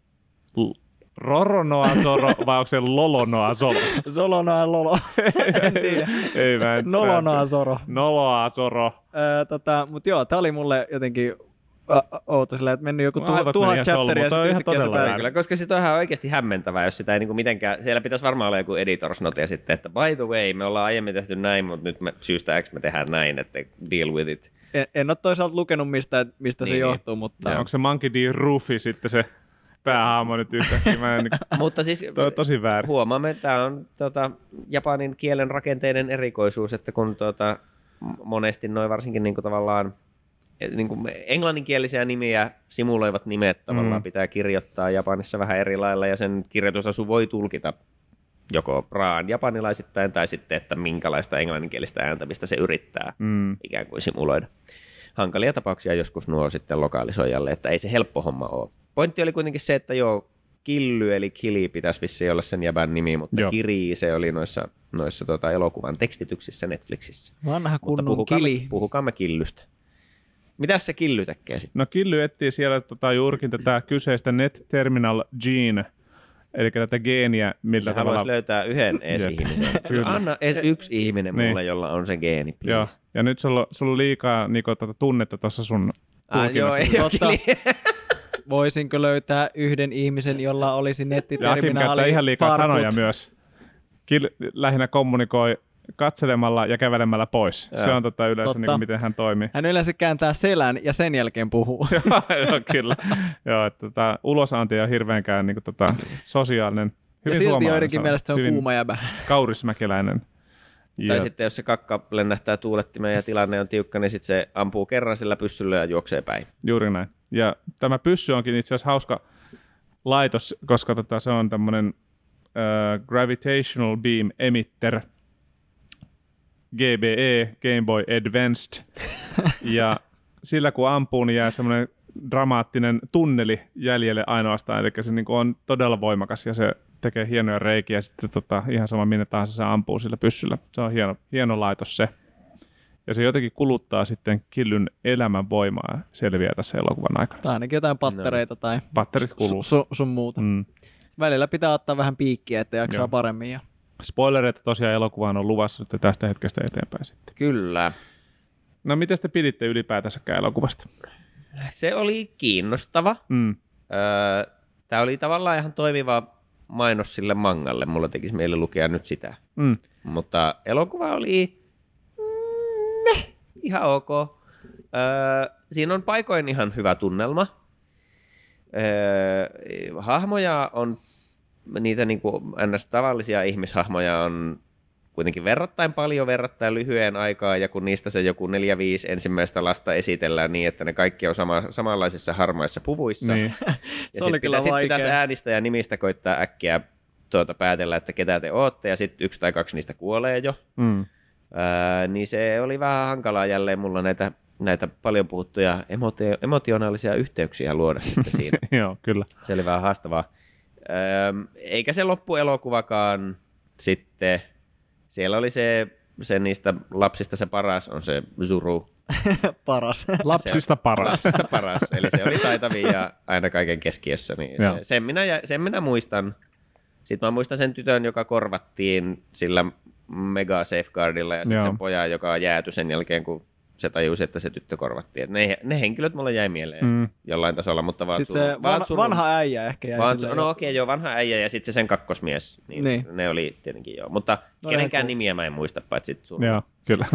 S2: Roronoa Zoro vai onko se Lolonoa Zoro?
S3: Zolonoa Lolo. En tiedä.
S2: Ei mä en.
S3: Nolonoa Zoro.
S2: Noloa Zoro.
S3: Mut joo, tää oli mulle jotenkin outo silleen, että mennyt joku
S2: Aivot
S3: 1000
S2: meni ihan
S3: chapteria.
S2: solmuun. Toi on ihan
S3: yhtäkkiä se
S2: todella
S3: päätetään.
S1: Kyllä, koska sit on ihan oikeasti hämmentävää, jos sitä ei niinku mitenkään, siellä pitäisi varmaan olla joku editors note sitten, että by the way, me ollaan aiemmin tehty näin, mutta nyt syystä X me tehdään näin, että deal with it.
S3: En ole toisaalta lukenut mistä se
S1: Niin.
S3: johtuu, mutta...
S2: Onko se Monkey D. Ruffy sitten se päähahmo nyt yhtäkkiä? Mä en,
S1: Mutta siis
S2: toi on tosi väärin.
S1: huomaamme, että tämä on japanin kielen rakenteiden erikoisuus, että kun monesti noin varsinkin niinku tavallaan niinku englanninkielisiä nimiä simuloivat nimet tavallaan pitää kirjoittaa Japanissa vähän eri lailla, ja sen kirjoitusasu voi tulkita joko raan japanilaisittain tai sitten, että minkälaista englanninkielistä ääntämistä se yrittää ikään kuin simuloida. Hankalia tapauksia joskus nuo sitten lokaalisoijalle, että ei se helppo homma ole. Pointti oli kuitenkin se, että joo, Killy eli Kili pitäisi vissiin olla sen jäbän nimi, mutta
S2: Joo.
S1: Kiri se oli noissa elokuvan tekstityksissä Netflixissä.
S3: Vanha
S1: Mutta
S3: kunnon Kili.
S1: puhukaamme Killystä. Mitäs se Killy tekee sitten?
S2: No Killy etsii siellä juurikin tätä kyseistä Net Terminal Gene, eli tätä geeniä, millä
S1: Se
S2: tavalla...
S1: haluaisi löytää yhden edes
S2: Jep.
S1: ihmisen.
S2: Kyllä.
S1: Anna edes yksi ihminen mulle,
S2: Niin.
S1: jolla on se geeni, please.
S2: Joo, ja nyt sulla on liikaa tunnetta tuossa sun
S1: Joo, ei ole
S3: Totta.
S1: Kili.
S3: Voisinko löytää yhden ihmisen, jolla olisi
S2: Ja Akim
S3: nettiterminaali
S2: käyttää ihan liikaa
S3: farkut?
S2: sanoja myös. Lähinnä kommunikoi katselemalla ja kävelemällä pois.
S1: Joo.
S2: Se on yleensä
S3: Totta.
S2: niin kuin, miten hän toimii.
S3: Hän yleensä kääntää selän ja sen jälkeen puhuu.
S2: Joo, kyllä. Joo, että ulosanti on hirveänkään niin kuin, sosiaalinen.
S3: Ja
S2: Hyvin
S3: silti
S2: suomalainen
S3: joidenkin
S2: sana.
S3: mielestä se on
S2: Hyvin
S3: kuuma jäbä.
S2: kaurismäkeläinen.
S1: Tai
S2: Ja,
S1: sitten jos se kakka lennähtää tuulettimeen ja tilanne on tiukka, niin sitten se ampuu kerran sillä pyssyllä ja juoksee päin.
S2: juuri näin. Ja tämä pyssy onkin itse asiassa hauska laitos, koska se on tämmöinen Gravitational Beam Emitter, GBE, Game Boy Advanced, ja sillä kun ampuu, niin jää semmoinen dramaattinen tunneli jäljelle ainoastaan, eli se niin kuin on todella voimakas ja se tekee hienoja reikiä, ja sitten ihan sama minne tahansa se ampuu sillä pyssyllä. Se on hieno laitos se. Ja se jotenkin kuluttaa sitten Killyn elämän voimaa ja selviää tässä elokuvan aikana.
S3: Tai ainakin jotain pattereita tai
S2: Patterit kuluu.
S3: sun muuta.
S2: Mm.
S3: Välillä pitää ottaa vähän piikkiä, että jaksaa
S2: Joo.
S3: paremmin. Ja...
S2: Spoilereita tosiaan elokuvaan on luvassa nyt tästä hetkestä eteenpäin sitten.
S1: Kyllä.
S2: No miten te piditte ylipäätänsäkään elokuvasta?
S1: Se oli kiinnostava. Tämä oli tavallaan ihan toimiva mainos sille mangalle. Mulla tekisi mieli lukea nyt sitä. Mutta elokuva oli ihan ok. Siinä on paikoin ihan hyvä tunnelma. Hahmoja on, niitä niin kuin ns. Tavallisia ihmishahmoja on kuitenkin verrattain paljon verrattain lyhyen aikaa, ja kun niistä se joku 4-5 ensimmäistä lasta esitellään niin, että ne kaikki on samanlaisissa harmaissa puvuissa.
S2: Niin.
S1: Ja
S3: Se oli kyllä
S1: sit
S3: vaikea.
S1: pitäisi äänistä ja nimistä koittaa äkkiä päätellä, että ketä te ootte, ja sitten 1 tai 2 niistä kuolee jo. Niin se oli vähän hankalaa jälleen mulla näitä paljon puhuttuja emotionaalisia yhteyksiä luoda sitten siinä.
S2: Joo, kyllä.
S1: Se oli vähän haastavaa. Eikä se loppuelokuvakaan sitten, siellä oli se niistä lapsista se paras on se Zuru.
S3: Paras.
S2: Lapsista paras.
S1: Lapsista paras, eli se oli taitavia ja aina kaiken keskiössä. Niin sen minä muistan. Sitten mä muistan sen tytön, joka korvattiin sillä mega safeguardilla, ja sitten sen pojan, joka jäätyi sen jälkeen, kun se tajusi, että se tyttö korvattiin. Et ne henkilöt mulle jäi mieleen jollain tasolla, mutta vaan
S3: Sitten se vanha äijä ehkä jäi silleen.
S1: No okei, joo, vanha äijä ja sitten se sen kakkosmies. Niin. Ne oli tietenkin joo. Mutta kenenkään nimiä mä en muista, paitsi Zuru.
S2: Joo, kyllä.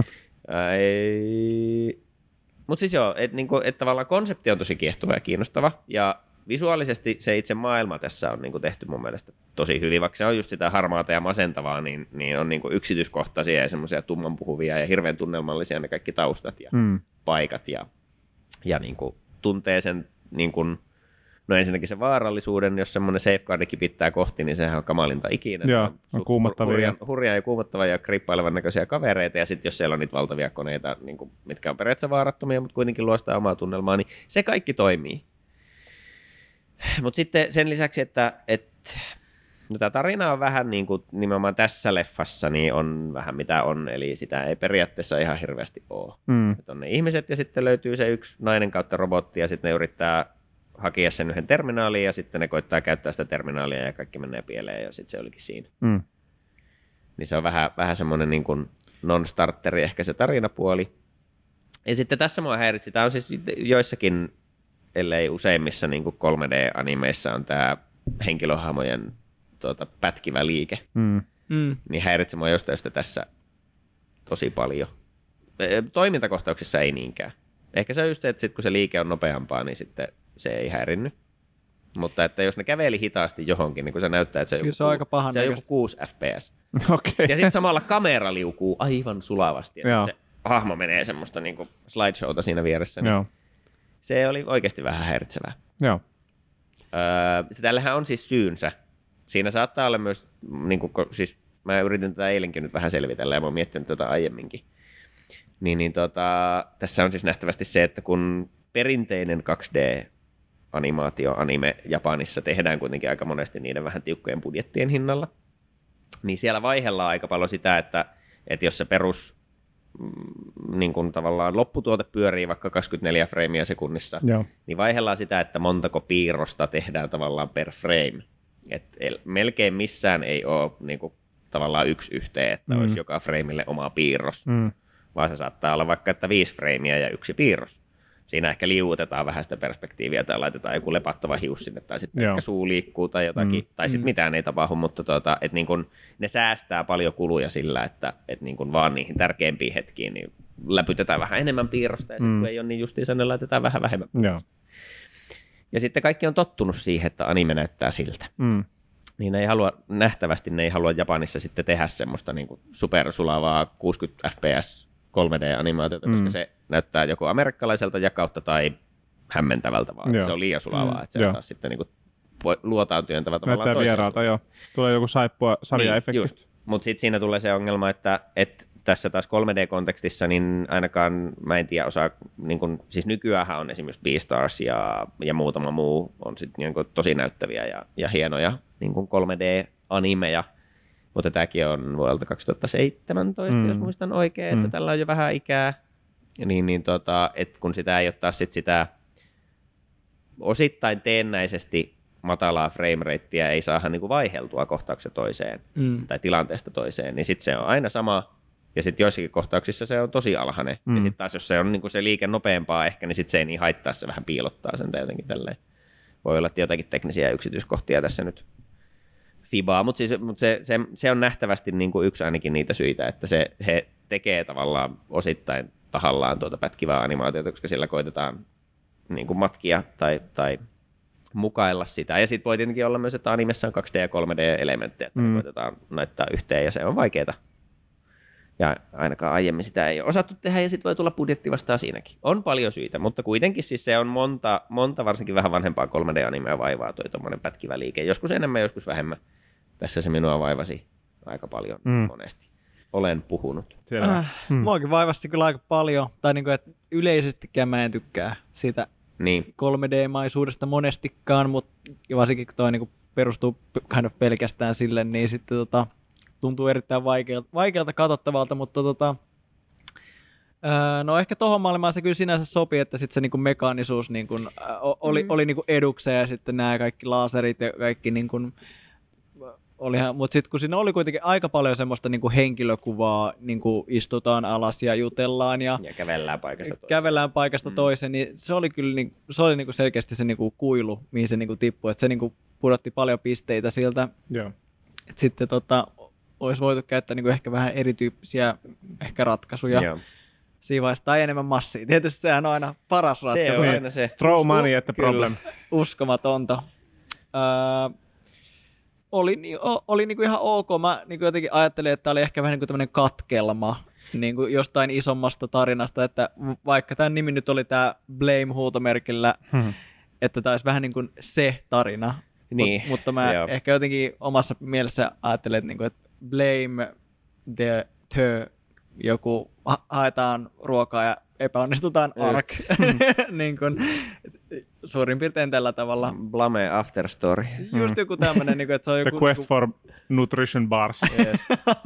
S1: Mutta siis joo, että niinku, tavallaan konsepti on tosi kiehtova ja kiinnostava, ja visuaalisesti se itse maailma tässä on niinku tehty mun mielestä tosi hyvin, vaikka se on just sitä harmaata ja masentavaa, niin on niinku yksityiskohtaisia ja semmoisia tummanpuhuvia ja hirveän tunnelmallisia ne kaikki taustat ja paikat ja niinku tuntee sen niinku No ensinnäkin se vaarallisuuden, jos semmoinen safeguardi kipittää kohti, niin sehän on kamalinta ikinä.
S2: Joo, on kuumottavia.
S1: Hurjaa ja kuumottavia ja krippailevan näköisiä kavereita, ja sitten jos siellä on niitä valtavia koneita, niin kuin, mitkä on periaatteessa vaarattomia, mutta kuitenkin luostaa omaa tunnelmaa, niin se kaikki toimii. Mutta sitten sen lisäksi, että no tämä tarina on vähän niin kuin nimenomaan tässä leffassa, niin on vähän mitä on, eli sitä ei periaatteessa ihan hirveästi ole. Että on ne ihmiset ja sitten löytyy se yksi nainen kautta robotti ja sitten ne yrittää hakea sen yhden terminaaliin ja sitten ne koittaa käyttää sitä terminaalia ja kaikki menee pieleen ja sitten se olikin siinä. Niin se on vähän semmoinen niin kuin non-starteri ehkä se tarinapuoli. Ja sitten tässä mua häiritsi, tämä on siis joissakin, ellei useimmissa niin kuin 3D-animeissa on tämä henkilöhahmojen pätkivä liike, niin häiritsi mua jostain tässä tosi paljon. Toimintakohtauksissa ei niinkään. Ehkä se on just se, että sit, kun se liike on nopeampaa, niin sitten se ei häirinny. Mutta että jos ne käveli hitaasti johonkin, niin kun se näyttää, että se on, joku 6 fps.
S2: Okay.
S1: Ja sitten samalla kamera liukuu aivan sulavasti ja sitten se hahmo menee semmoista niin kuin slideshowta siinä vieressä. Niin se oli oikeasti vähän häiritsevää.
S2: Joo.
S1: Tällähän on siis syynsä. Siinä saattaa olla myös, niin kuin, siis mä yritin tätä eilenkin nyt vähän selvitellä ja mä oon miettinyt tätä aiemminkin. Tässä on siis nähtävästi se, että kun perinteinen 2D-animaatio, anime Japanissa tehdään kuitenkin aika monesti niiden vähän tiukkojen budjettien hinnalla, niin siellä vaihellaan aika paljon sitä, että jos se perus niin kuin tavallaan lopputuote pyörii vaikka 24 freimiä sekunnissa, niin vaihellaan sitä, että montako piirrosta tehdään tavallaan per frame. Et melkein missään ei ole niin kuin, tavallaan yksi yhteen, että olisi joka frameille oma piirros, vaan se saattaa olla vaikka, että 5 freimiä ja 1 piirros. Siinä ehkä liuutetaan vähän sitä perspektiiviä tai laitetaan joku lepattava hius sinne, tai sitten ehkä suu liikkuu tai jotakin, tai sitten mitään ei tapahdu, mutta että niin kun ne säästää paljon kuluja sillä, että niin kun vaan niihin tärkeimpiin hetkiin niin läpytetään vähän enemmän piirrosta, ja sitten kun ei ole niin justiinsa, ne laitetaan vähän vähemmän piirrosta. Ja sitten kaikki on tottunut siihen, että anime näyttää siltä. Niin nähtävästi ne ei halua Japanissa sitten tehdä semmoista niin kuin supersulavaa 60 fps 3D-animaatiota, koska se näyttää joko amerikkalaiselta jakautta tai hämmentävältä vaan. Se on liian sulavaa, että se on taas sitten niin kuin luotaan työntävä tavallaan
S2: näyttää vieraalta, joo. Tulee joku saippua sarjaefekti.
S1: Niin, mutta sitten siinä tulee se ongelma, että tässä taas 3D-kontekstissa, niin ainakaan mä en tiedä osaa, niin kun, siis nykyäänhän on esimerkiksi Beastars ja muutama muu on sitten niin tosi näyttäviä ja hienoja niin 3D-animeja, mutta tämäkin on vuodelta 2017, jos muistan oikein, että tällä on jo vähän ikää, että kun sitä ei ole taas sitä osittain teennäisesti matalaa frameratea ei saada niin vaiheltua kohtauksesta toiseen tai tilanteesta toiseen, niin sitten se on aina sama. Ja sitten joissakin kohtauksissa se on tosi alhainen. Ja sitten taas jos se on niinku se liike nopeampaa ehkä, niin sitten se ei niin haittaa, se vähän piilottaa sen tai jotenkin tälleen. Voi olla, että jotakin teknisiä yksityiskohtia tässä nyt fibaa, mutta se on nähtävästi niinku yksi ainakin niitä syitä, että he tekee tavallaan osittain tahallaan tuota pätkivää animaatiota, koska sillä koitetaan niinku matkia tai mukailla sitä. Ja sitten voi tietenkin olla myös, että animessa on 2D- ja 3D-elementtejä, että koitetaan näyttää yhteen ja se on vaikeaa. Ja ainakaan aiemmin sitä ei ole osattu tehdä, ja sitten voi tulla budjetti vastaan siinäkin. On paljon syitä, mutta kuitenkin siis se on monta varsinkin vähän vanhempaa 3D-animea vaivaa toi tuommoinen pätkivä liike. Joskus enemmän, joskus vähemmän. Tässä se minua vaivasi aika paljon monesti. Olen puhunut.
S3: Muakin vaivasti kyllä aika paljon, tai niin kuin, että yleisestikään mä en tykkää siitä 3D-maisuudesta monestikaan, mutta varsinkin kun toi niin kuin perustuu kind of pelkästään sille, niin sitten tuntuu erittäin vaikealta katsottavalta, mutta no ehkä tohon maailmaan se kyllä sinänsä sopii, että sitten se niinku mekaanisuus niinku, oli niinku edukseen ja sitten nämä kaikki laserit ja kaikki niinku, mutta sitten kun siinä oli kuitenkin aika paljon semmoista niinku henkilökuvaa, niinku istutaan alas ja jutellaan ja kävellään paikasta toiseen, niin se oli kyllä niinku selkeästi se niinku kuilu, mihin se niinku tippui, että se niinku pudotti paljon pisteitä siltä.
S2: Joo.
S3: Et sitten olisi voitu käyttää niinku ehkä vähän erityyppisiä ehkä ratkaisuja siinä vaiheessa, tai enemmän massia. Tietysti sehän on aina paras ratkaisu.
S1: Se on aina se.
S2: Throw money at the problem.
S3: Uskomatonta. Oli niinku ihan ok. Mä niinku jotenkin ajattelin, että tämä oli ehkä vähän niinku tämmöinen katkelma niinku jostain isommasta tarinasta, että vaikka tämä nimi nyt oli tämä Blame huutomerkillä, että tämä olisi vähän niin kuin se tarina.
S1: Niin,
S3: Mutta mä
S1: joo.
S3: ehkä jotenkin omassa mielessä ajattelen, että, niin kuin, että blame the joku haetaan ruokaa ja epäonnistutaan ark. Niin kuin, suurin piirtein tällä tavalla.
S1: Blame after story.
S3: Just joku tämmöinen, niin kuin, että se on
S2: The
S3: joku...
S2: quest for nutrition bars.
S1: Yes.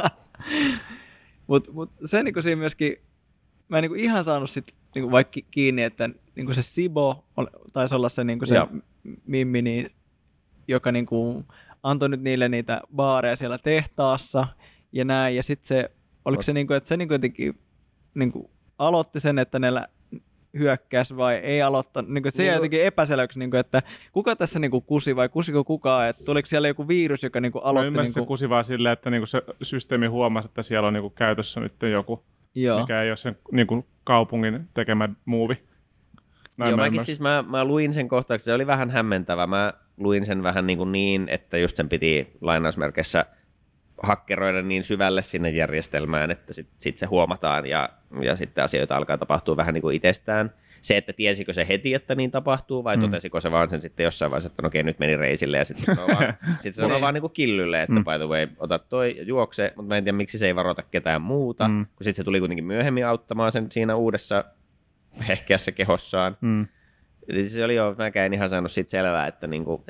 S3: Mut se niin kuin siinä myöskin, mä en niin kuin ihan saanut sit, niin kuin vaikka kiinni, että niin kuin se Sibo taisi olla se, niin kuin se
S1: Joo.
S3: mimmi, niin, joka niin kuin antoi nyt niille niitä baareja siellä tehtaassa ja näin. Ja sitten se, oliko se niin kuin, että se niin kuin jotenkin niin kuin aloitti sen, että ne hyökkäsi vai ei aloittanut. Niin kuin, se jäi jotenkin epäselväksi, niin kuin, että kuka tässä niin kuin kusi vai kusiko kukaan. Että tuliko siellä joku virus, joka niin kuin
S2: Mä
S3: aloitti.
S2: ymmärsin,
S3: Niin
S2: se
S3: kuin...
S2: kusi vaan silleen, että niinku se systeemi huomasi, että siellä on niinku käytössä nyt joku,
S3: Joo.
S2: mikä ei ole sen niinku kaupungin tekemä muuvi.
S1: Joo, mäkin siis mä luin sen kohtauksen, se oli vähän hämmentävä. Mä luin sen vähän niin, että just sen piti lainausmerkeissä hakkeroida niin syvälle sinne järjestelmään, että sit se huomataan ja sitten asioita alkaa tapahtua vähän niin kuin itsestään. Se, että tiesikö se heti, että niin tapahtuu, vai totesiko se vaan sen sitten jossain vaiheessa, että no okei, nyt meni reisille, ja sitten sanoo vaan niin kuin killylle, että by the way, ota toi ja juokse, mutta mä en tiedä, miksi se ei varota ketään muuta, kun sitten se tuli kuitenkin myöhemmin auttamaan sen siinä uudessa hehkeässä kehossaan. Eli se oli jo, mäkään en ihan saanut siitä selvää, että niinku,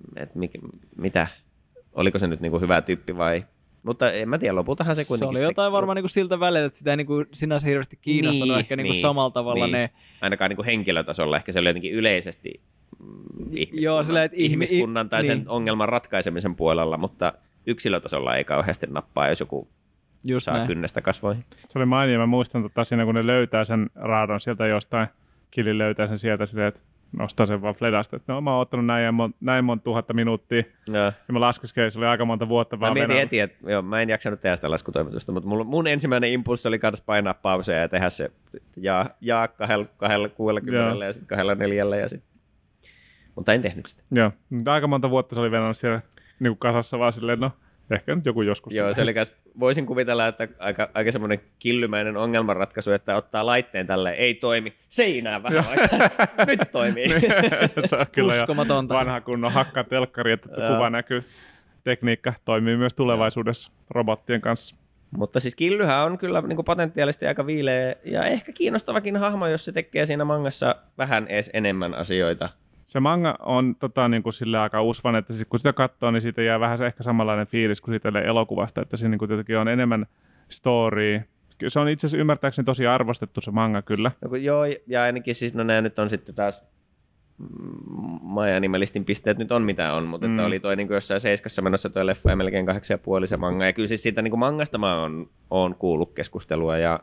S1: mitä, oliko se nyt niinku hyvä tyyppi vai... Mutta en mä tiedä, lopultahan se kuitenkin...
S3: Se oli jotain varmaan niinku siltä välillä, että sitä ei niinku sinänsä hirveästi kiinnostanut ehkä niinku samalla tavalla ne...
S1: Ainakaan niinku henkilötasolla, ehkä se oli jotenkin yleisesti ihmiskunnan,
S3: Joo, sillä, että
S1: ihmiskunnan tai sen
S3: niin.
S1: ongelman ratkaisemisen puolella, mutta yksilötasolla ei kauheasti nappaa, jos joku
S3: Just
S1: saa
S3: näin.
S1: kynnestä kasvoihin.
S2: Se oli mainio, mä muistan siinä, kun ne löytää sen raadon sieltä jostain, Kili löytää sen sieltä silleen, että nostaa sen vaan Fledasta, että no mä oon ottanut näin monta 1000 minuuttia, ja mä laskeskelin, se oli aika monta vuotta
S1: Mä
S2: vaan
S1: mietin
S2: venannut.
S1: heti, että joo, mä en jaksanut tehdä sitä laskutoimitusta, mutta mun ensimmäinen impulssi oli kans painaa pauseja ja tehdä se jaa 260 ja sitten 24 ja sitten. Mutta en tehnyt sitä.
S2: Joo, mutta aika monta vuotta se oli venannut siellä niin kuin kasassa vaan silleen, no ehkä nyt joku joskus.
S1: Joo, se oli kas, voisin kuvitella, että aika semmoinen killymäinen ongelmanratkaisu, että ottaa laitteen tälleen, ei toimi, seinään vähän aikaa, nyt toimii.
S2: Se on kyllä jo
S3: Uskomatonta.
S2: vanha kunnon hakkatelkkari, että kuva näkyy. Tekniikka toimii myös tulevaisuudessa robottien kanssa.
S1: Mutta siis Killyhän on kyllä niin kuin potentiaalisesti aika viileä ja ehkä kiinnostavakin hahmo, jos se tekee siinä mangassa vähän edes enemmän asioita.
S2: Se manga on niin kuin sille aika usvan, että sit, kun sitä katsoo, niin siitä jää vähän se ehkä samanlainen fiilis kuin siitä elokuvasta, että siinä niin kuin jotenkin on enemmän storya. Se on itse asiassa ymmärtääkseni tosi arvostettu se manga kyllä.
S1: No, joo, ja ainakin siis, no nämä nyt on sitten taas My Animalistin pisteet nyt on mitä on, mutta että oli toi niin kuin jossain 7 menossa toi leffa ja melkein 8,5 se manga. Ja kyllä siis siitä niin kuin mangasta mä oon kuullut keskustelua ja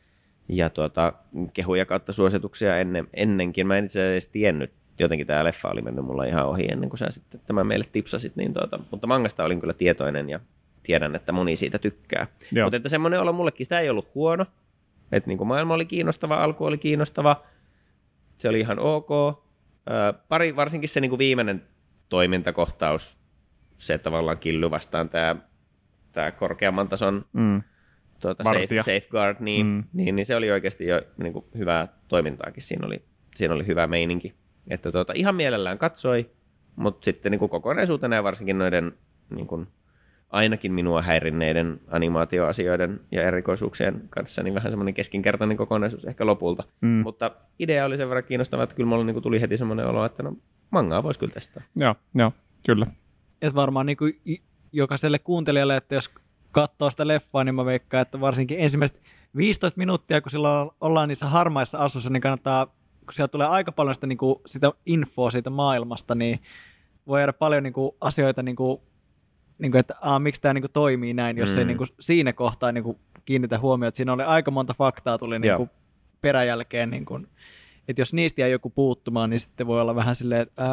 S1: kehuja kautta suosituksia ennenkin. Mä en itse asiassa tiennyt, jotenkin tämä leffa oli mennyt mulla ihan ohi ennen kuin sä sitten tämän meille tipsasit, niin mutta mangasta olin kyllä tietoinen ja tiedän, että moni siitä tykkää. Mutta että semmoinen olo mullekin, sitä ei ollut huono, että niin kuin maailma oli kiinnostava, alku oli kiinnostava, se oli ihan ok. Varsinkin se niin kuin viimeinen toimintakohtaus, se tavallaan Killy vastaan tämä korkeamman tason safeguard, niin se oli oikeasti jo niin kuin hyvää toimintaakin, siinä oli hyvä meininki. Että ihan mielellään katsoi, mutta sitten niin kuin kokonaisuutena ja varsinkin noiden niin kuin ainakin minua häirinneiden animaatioasioiden ja erikoisuuksien kanssa niin vähän semmoinen keskinkertainen kokonaisuus ehkä lopulta. Mutta idea oli sen verran kiinnostava, että kyllä mulla niin kuin tuli heti semmoinen olo, että no mangaa voisi kyllä testaa.
S2: Joo, kyllä.
S3: Et varmaan niin kuin jokaiselle kuuntelijalle, että jos katsoo sitä leffaa, niin mä veikkaan, että varsinkin ensimmäiset 15 minuuttia, kun silloin ollaan niissä harmaissa asuissa, niin kannattaa, kun siellä tulee aika paljon sitä, niin kuin, sitä infoa siitä maailmasta, niin voi jäädä paljon niin kuin, asioita, niin kuin, että miksi tämä niin kuin, toimii näin, jos ei niin kuin, siinä kohtaa niin kuin, kiinnitä huomioon, että siinä oli aika monta faktaa tuli niin kuin, peräjälkeen, niin kuin, että jos niistä jää joku puuttumaan, niin sitten voi olla vähän silleen, että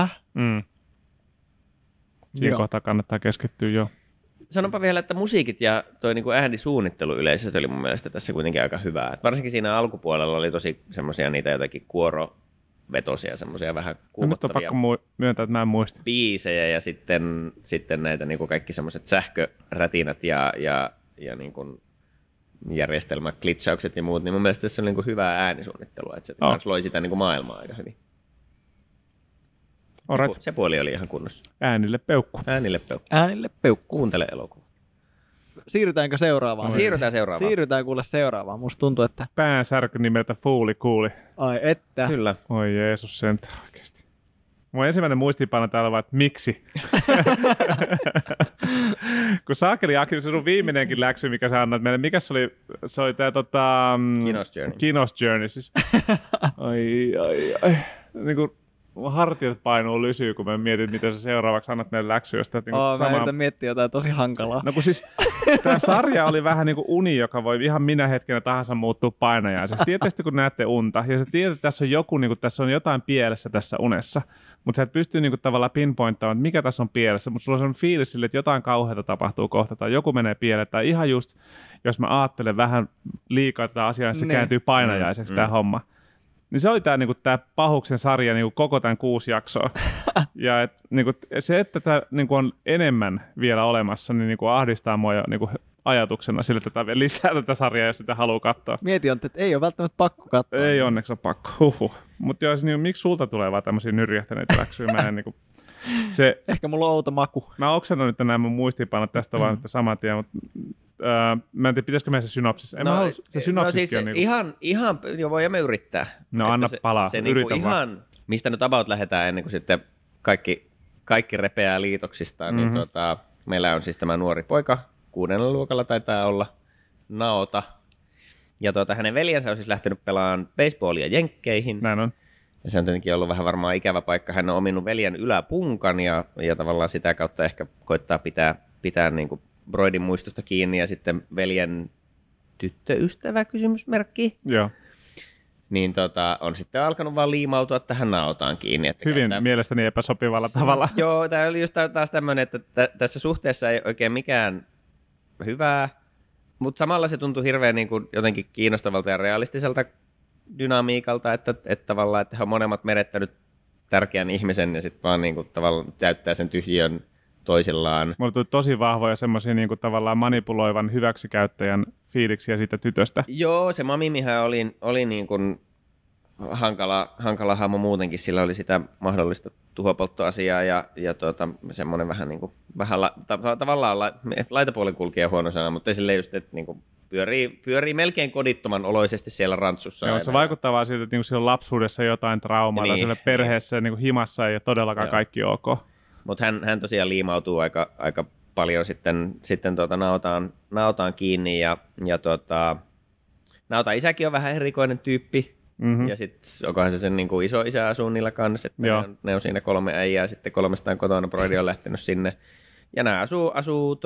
S2: Siinä kohtaa kannattaa keskittyä jo.
S1: Sanonpa vielä, että musiikit ja toi niin kuin äänisuunnittelu yleisesti oli mun mielestä tässä kuitenkin aika hyvää. Et varsinkin siinä alkupuolella oli tosi semmoisia niitä jotakin kuorovetosia, semmoisia vähän kuumottavia
S2: myöntää, että mä en muista.
S1: biisejä ja sitten näitä niin kuin kaikki semmoiset sähkörätinät ja niin kuin järjestelmäklitsaukset ja muut, niin mun mielestä tässä oli niin kuin hyvää äänisuunnittelua, että se loi sitä niin kuin maailmaa aika hyvin. Se puoli oli ihan kunnossa.
S2: Äänille peukku.
S3: Äänille peukku.
S1: Kuuntele elokuva.
S3: Siirrytäänkö seuraavaan? Siirrytään kuule seuraavaan. Musta tuntuu, että...
S2: Päänsärky nimeltä Fooli kuuli.
S3: Ai että.
S1: Kyllä.
S2: Oi Jeesus sentään oikeesti. Mun ensimmäinen muistiinpano täällä on, että miksi? Kun saakeli Aki, se sun viimeinenkin läksy, mikä sä annat meille. Mikä se oli? Se oli tää Kinos Journey. Siis. Ai. Niin kuin hartiat painuu lysyy, kun mä mietin, miten sä seuraavaksi annat meille läksyä.
S3: Mä yritän miettiä jotain tosi hankalaa.
S2: No kun siis tää sarja oli vähän niin kuin uni, joka voi ihan minä hetkenä tahansa muuttua painajaiseksi. Tietysti kun näette unta, ja sä tiedät, että tässä on joku, niin kuin, tässä on jotain pielessä tässä unessa, mutta sä et pysty niin kuin, tavallaan pinpointtamaan, että mikä tässä on pielessä, mutta sulla on sellainen fiilis sille, että jotain kauheata tapahtuu kohta, tai joku menee pieleen, tai ihan just, jos mä ajattelen vähän liikaa tätä asiaa, niin se kääntyy painajaiseksi tämä homma. Niin se oli tämä niinku, pahuksen sarja niinku, koko tämän 6 jaksoa. Ja niinku, se, että tämä niinku, on enemmän vielä olemassa, niin niinku, ahdistaa mua jo niinku, ajatuksena sille, että vielä lisää tätä sarjaa, jos sitä haluaa katsoa.
S3: Mieti, että ei ole välttämättä pakko katsoa.
S2: Ei onneksi ole pakko. Mutta niinku, miksi sulta tulee vaan tämmöisiä nyrjähtäneitä läksyjä? Mä en, niinku,
S3: Ehkä mulla on outo maku.
S2: Mä oksennan nyt nämä mun muistiinpanot tästä vaan saman tien, mutta mä en tiedä, pitäisikö mehdä se synopsis. Se synopsiskin
S1: no siis
S2: on
S1: ihan jo voimme yrittää.
S2: No anna palaa,
S1: se
S2: yritä
S1: niinku ihan, mistä nyt about lähdetään ennen kuin sitten kaikki repeää liitoksistaan, niin meillä on siis tämä nuori poika, 6. luokalla taitaa olla, Naota. Ja hänen veljensä on siis lähtenyt pelaamaan baseballia jenkkeihin.
S2: Näin on.
S1: Ja se on tietenkin ollut vähän varmaan ikävä paikka. Hän on ominut veljen yläpunkan ja tavallaan sitä kautta ehkä koittaa pitää niin kuin Broidin muistosta kiinni ja sitten veljen tyttöystävä kysymysmerkki.
S2: Joo.
S1: Niin on sitten alkanut vaan liimautua tähän Naotaan kiinni. Että
S2: hyvin mielestäni epäsopivalla tavalla.
S1: Joo, tämä oli just taas tämmöinen, että tässä suhteessa ei oikein mikään hyvää, mutta samalla se tuntui hirveän niin kuin jotenkin kiinnostavalta ja realistiselta dynamiikalta, että tavallaan, että he on molemmat menettänyt tärkeän ihmisen ja sitten vaan niin kuin, tavallaan täyttää sen tyhjiön toisillaan.
S2: Mulla tuli tosi vahvoja semmoisia niin kuin, tavallaan manipuloivan hyväksikäyttäjän fiiliksiä siitä tytöstä.
S1: Joo, se Mamimihän oli niin kuin hankala hahmo muutenkin, sillä oli sitä mahdollista tuhopolttoasiaa ja semmoinen vähän niin kuin, tavallaan laitapuolen kulkija huono sana, mutta silleen just, että niin kuin pyörii melkein kodittoman oloisesti siellä rantsussa.
S2: Joo, se vaikuttaa vaan siltä, että niinku siellä lapsuudessa jotain traumaa, niin, siellä perheessä niinku himassa ei ole todellakaan kaikki ok.
S1: Mutta hän tosiaan liimautuu aika paljon sitten Naotaan kiinni ja Naotaan isäkin on vähän erikoinen tyyppi. Ja sitten onkohan se sen niinku iso isä asuu niillä kanssa, että ne on siinä 3 äijää, sitten 3 kotona, Broidi on lähtenyt sinne. Ja nämä asuu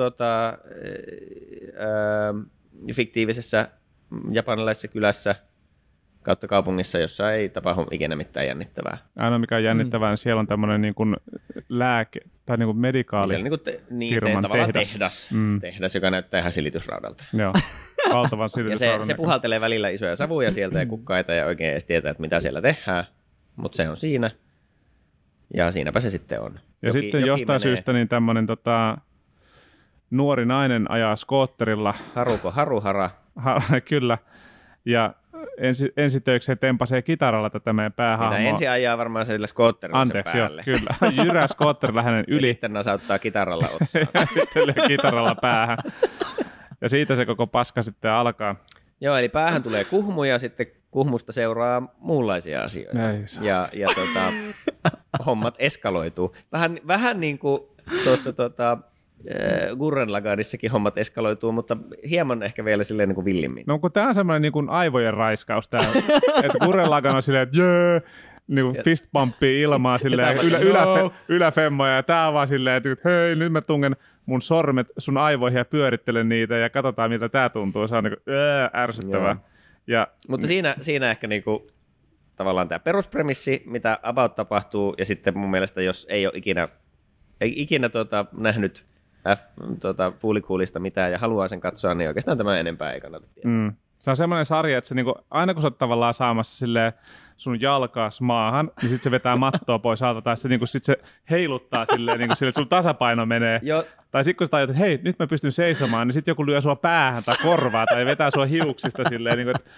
S1: fiktiivisessä japanilaisessa kylässä kautta kaupungissa, jossa ei tapahdu ikinä mitään jännittävää.
S2: Ainoa mikä on jännittävää, niin siellä on tämmöinen niin kuin lääke tai niin kuin medikaali firman
S1: tehdas, joka näyttää ihan silitysraudalta.
S2: Joo, valtavan silitysraudan.
S1: Ja se puhaltelee välillä isoja savuja sieltä ja kukkaita ja oikein edes tietää, että mitä siellä tehdään, mutta se on siinä ja siinäpä se sitten on.
S2: Ja sitten jostain syystä niin tämmöinen nuori nainen ajaa skootterilla.
S1: Haruhara.
S2: Kyllä. Ja ensitöikseen tempasee kitaralla tätä meidän päähahmoa.
S1: Mitä ensin ajaa varmaan sillä skootterilla
S2: Anteeksi,
S1: päälle.
S2: Joo, kyllä. Jyrää skootterilla hänen yli.
S1: Ja sitten nasauttaa kitaralla otsaan.
S2: Ja sitten lyö kitaralla päähän. Ja siitä se koko paska sitten alkaa.
S1: Joo, eli päähän tulee kuhmu ja sitten kuhmusta seuraa muunlaisia asioita. Ja hommat eskaloituu. Vähän niin kuin tuossa Gurren Laganissakin hommat eskaloituu, mutta hieman ehkä vielä silleen niin kuin villimmin.
S2: No kun tää on semmoinen niin kuin aivojen raiskaus tää, että Gurren Lagann on silleen, että jee, niin kuin fist pumppii ilmaa silleen, yläfemmoja, ja tää on vaan silleen, että hei, nyt mä tungen mun sormet sun aivoihin ja pyörittelen niitä, ja katsotaan miltä tää tuntuu, se on niin kuin ärsyttävää.
S1: Mutta siinä ehkä niin kuin tavallaan tämä peruspremissi, mitä about tapahtuu, ja sitten mun mielestä, jos ei ole ikinä nähnyt Fuulikuulista mitään ja haluaa sen katsoa, niin oikeastaan tämä enempää ei kannata tietää.
S2: Se on semmoinen sarja, että se niinku, aina kun sä oot tavallaan saamassa silleen sun jalkaas maahan, niin sitten se vetää mattoa pois alta, tai sitten sit se heiluttaa silleen, että sun tasapaino menee. Tai sitten kun sä tajut, että hei, nyt mä pystyn seisomaan, niin sitten joku lyö sua päähän tai korvaa tai vetää sua hiuksista silleen, että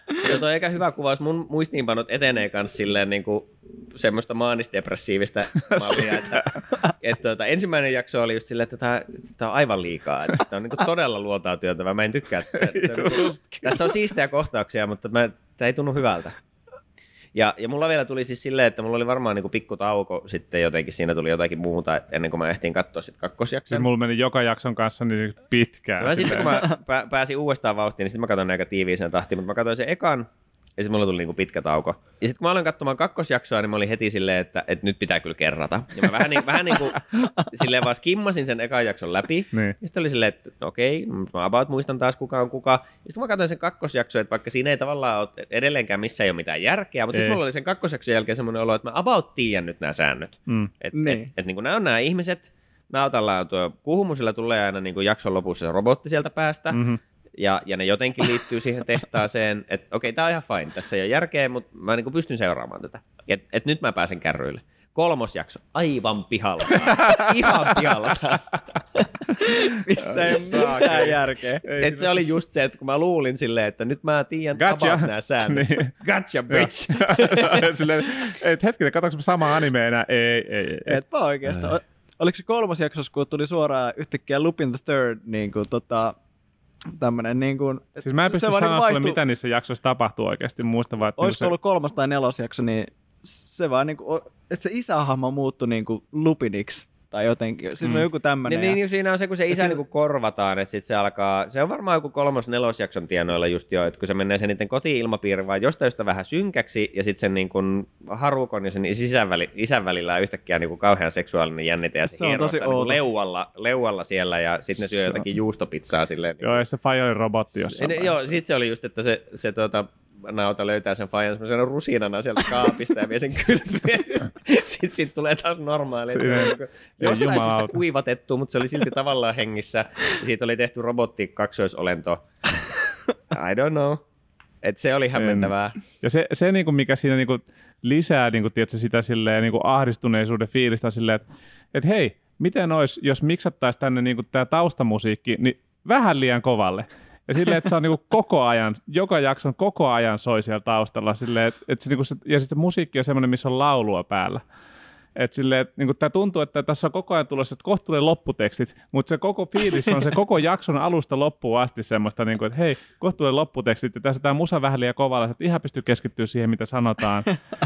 S1: Ja toi eikä hyvä kuvaus. Mun muistiinpanot etenee kans silleen niinku semmoista maanisdepressiivistä mallia, että ensimmäinen jakso oli just silleen, että tää on aivan liikaa. Että tää on niinku todella luontaa työntävää. Mä en tykkää. Tässä on siistejä kohtauksia, mutta tää ei tunnu hyvältä. Ja mulla vielä tuli siis silleen, että mulla oli varmaan niinku pikku tauko sitten jotenkin, siinä tuli jotakin muuta ennen kuin mä ehtiin katsoa sit kakkosjakson.
S2: Siis mulla meni joka jakson kanssa niin pitkään.
S1: No, sitten kun mä pääsin uudestaan vauhtiin, niin sitten mä katsoin aika tiiviiseen tahtiin, mutta mä katsoin sen ekan, ja sitten mulla tuli niinku pitkä tauko. Ja sitten kun mä aloin katsomaan kakkosjaksoa, niin mä olin heti silleen, että nyt pitää kyllä kerrata. Ja mä vähän niin kuin silleen vaan skimmasin sen ekan jakson läpi.
S2: Niin.
S1: Ja sitten oli silleen, että okei, mä about muistan taas kuka on kuka. Ja sitten mä katsoin sen kakkosjakson, että vaikka siinä ei tavallaan ole edelleenkään missä ei ole mitään järkeä, mutta sitten mulla oli sen kakkosjakson jälkeen semmoinen olo, että mä about tiedän nyt nämä säännöt. Että niin nämä on nämä ihmiset, nautalla on tuo kuhumusilla tulee aina niin kuin jakson lopussa se robotti sieltä päästä. Mm-hmm. Ja ne jotenkin liittyy siihen tehtaaseen, että okei, tää on ihan fine, tässä ei ole järkeä, mutta mä niin kuin pystyn seuraamaan tätä. Et nyt mä pääsen kärryille. 3. jakso, aivan pihalla. Ihan pihalla taas.
S3: Missä ei ole mitään järkeä.
S1: Et se oli just se, että kun mä luulin silleen, että nyt mä tiedän about nämä säännöt. Niin. Gotcha, bitch.
S2: Silleen, että hetkinen, katsoinko mä samaa animea enää? Ei.
S3: Etpä oikeastaan. Oliko se 3. jaksossa, kun tuli suoraan yhtäkkiä Lupin the Third, niin kuin tämmönen niin kuin...
S2: Siis mä en pysty sanoa sulle, mitä niissä jaksoissa tapahtuu oikeasti, muista vaan...
S3: Olisiko ollut 3. tai 4. jakso, niin se vaan niin kuin, että se isähahmo muuttui niin kuin Lupiniksi tai jotenkin. Siinä on joku tämmönen.
S1: Niin, siinä on se, kun se isä niin kuin korvataan, että sitten se alkaa... Se on varmaan joku 3. 4. jakson tienoilla just jo, että kun se menee sen niiden koti-ilmapiiri vaan jostain vähän synkäksi ja sitten sen niin kuin Harukon ja sen isän välillä on yhtäkkiä niin kuin kauhean seksuaalinen jännite ja se hierostaa niin leualla siellä ja sitten ne syö jotakin juustopizzaa silleen.
S2: Joo, ja se faija oli robotti jossain
S1: vaiheessa. Joo, sitten se oli just, että se nauta löytää sen fajan semmoisena rusinana sieltä kaapista ja vie sen kylpyyn. Sitten tulee taas normaali. Jostain syystä kuivatettu, mutta se oli silti tavallaan hengissä. Ja siitä oli tehty robotti-kaksoisolento. I don't know. Et se oli hämmentävää.
S2: Ja se niinku, mikä siinä niinku lisää niinku, tiedätkö, sitä silleen, niinku ahdistuneisuuden fiilistä silleen, että hei, miten olisi, jos miksattaisiin tänne niinku, tämä taustamusiikki niin vähän liian kovalle. Ja silleen, että se on niinku koko ajan, joka jakson koko ajan soi siellä taustalla. Silleen, että se, niinku, ja sitten musiikki on semmoinen, missä on laulua päällä. Että silleen, että niinku, tämä tuntuu, että tässä on koko ajan tulossa, että kohta tulee lopputekstit, mutta se koko fiilis on se koko jakson alusta loppuun asti semmoista, niinku, että hei, kohta tulee lopputekstit, ja tässä tämä musa vähän liian kovalla, että ihan pystyy keskittyä siihen, mitä sanotaan.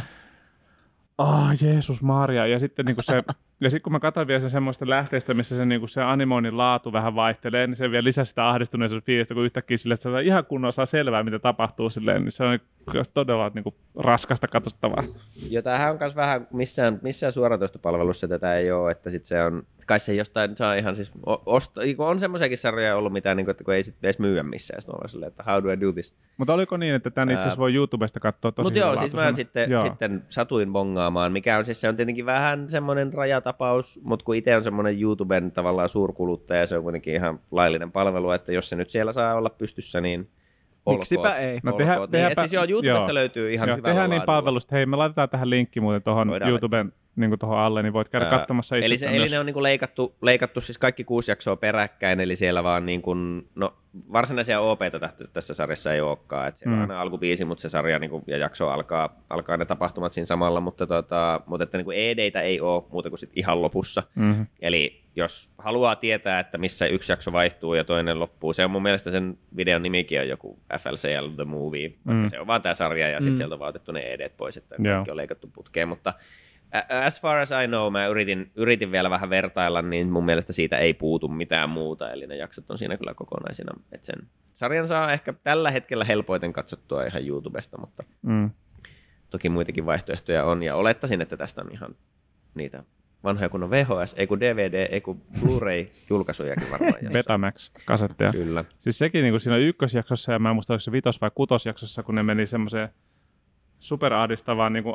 S2: Jeesus Maria. Ja sitten niinku se, ja sitten kun mä katson vielä semmoista lähteistä, missä se, niinku se animoinnin laatu vähän vaihtelee, niin se vielä lisää sitä ahdistuneisuuden fiilistä, kun yhtäkkiä sille, että se ihan kunnolla saa selvää, mitä tapahtuu silleen, niin se on todella niinku raskasta katsottavaa.
S1: Joo, tämähän on myös vähän, missään suoratoistopalvelussa tätä ei ole, että sitten se on, kai se jostain saa ihan siis, on semmoisiakin sarjoja ollut mitään, niin kuin, että kun ei sitten edes myyä missään, sitten on silleen, että how do I do this?
S2: Mutta oliko niin, että tämän itse asiassa voi YouTubesta katsoa tosi hyvä
S1: siis mä sitten satuin bongaamaan, mikä on siis, se on tietenkin vähän semmoinen rajatapaus, mutta kun itse on semmoinen YouTuben tavallaan suurkuluttaja, se on kuitenkin ihan laillinen palvelu, että jos se nyt siellä saa olla pystyssä, niin olkoon.
S3: Miksipä ei?
S2: No
S1: siis YouTubesta löytyy ihan hyvä
S2: tehdään niin palvelusta, hei me laitetaan tähän linkki muuten tuohon YouTuben niin tuohon alle, niin voit käydä katsomassa itse.
S1: Eli ne on niin kuin leikattu siis kaikki 6 jaksoa peräkkäin, eli siellä vaan niin kuin, no varsinaisia OP:tä tässä sarjassa ei olekaan, että siellä on aina alkubiisi, mutta se sarja niin kuin, ja jakso alkaa ne tapahtumat siinä samalla, mutta että niin kuin ED:itä ei ole muuta kuin sit ihan lopussa. Mm-hmm. Eli jos haluaa tietää, että missä yksi jakso vaihtuu ja toinen loppuu, se on mun mielestä sen videon nimikin on joku FLCL The Movie, vaikka se on vaan tämä sarja ja sitten sieltä on vaan otettu ne ED:t pois, että kaikki on leikattu putkeen, mutta as far as I know, mä yritin vielä vähän vertailla, niin mun mielestä siitä ei puutu mitään muuta, eli ne jaksot on siinä kyllä kokonaisina. Et sen sarjan saa ehkä tällä hetkellä helpoiten katsottua ihan YouTubesta, mutta toki muitakin vaihtoehtoja on, ja olettaisin, että tästä on ihan niitä vanhoja kunnon VHS, ei kun DVD, ei kun Blu-ray-julkaisujakin varmaan.
S2: Betamax-kasetteja.
S1: Kyllä.
S2: Siis sekin niin kuin siinä ykkösjaksossa, ja mä en muista, oliko se 5. vai 6. jaksossa, kun ne meni semmoiseen superahdistavaan niin kuin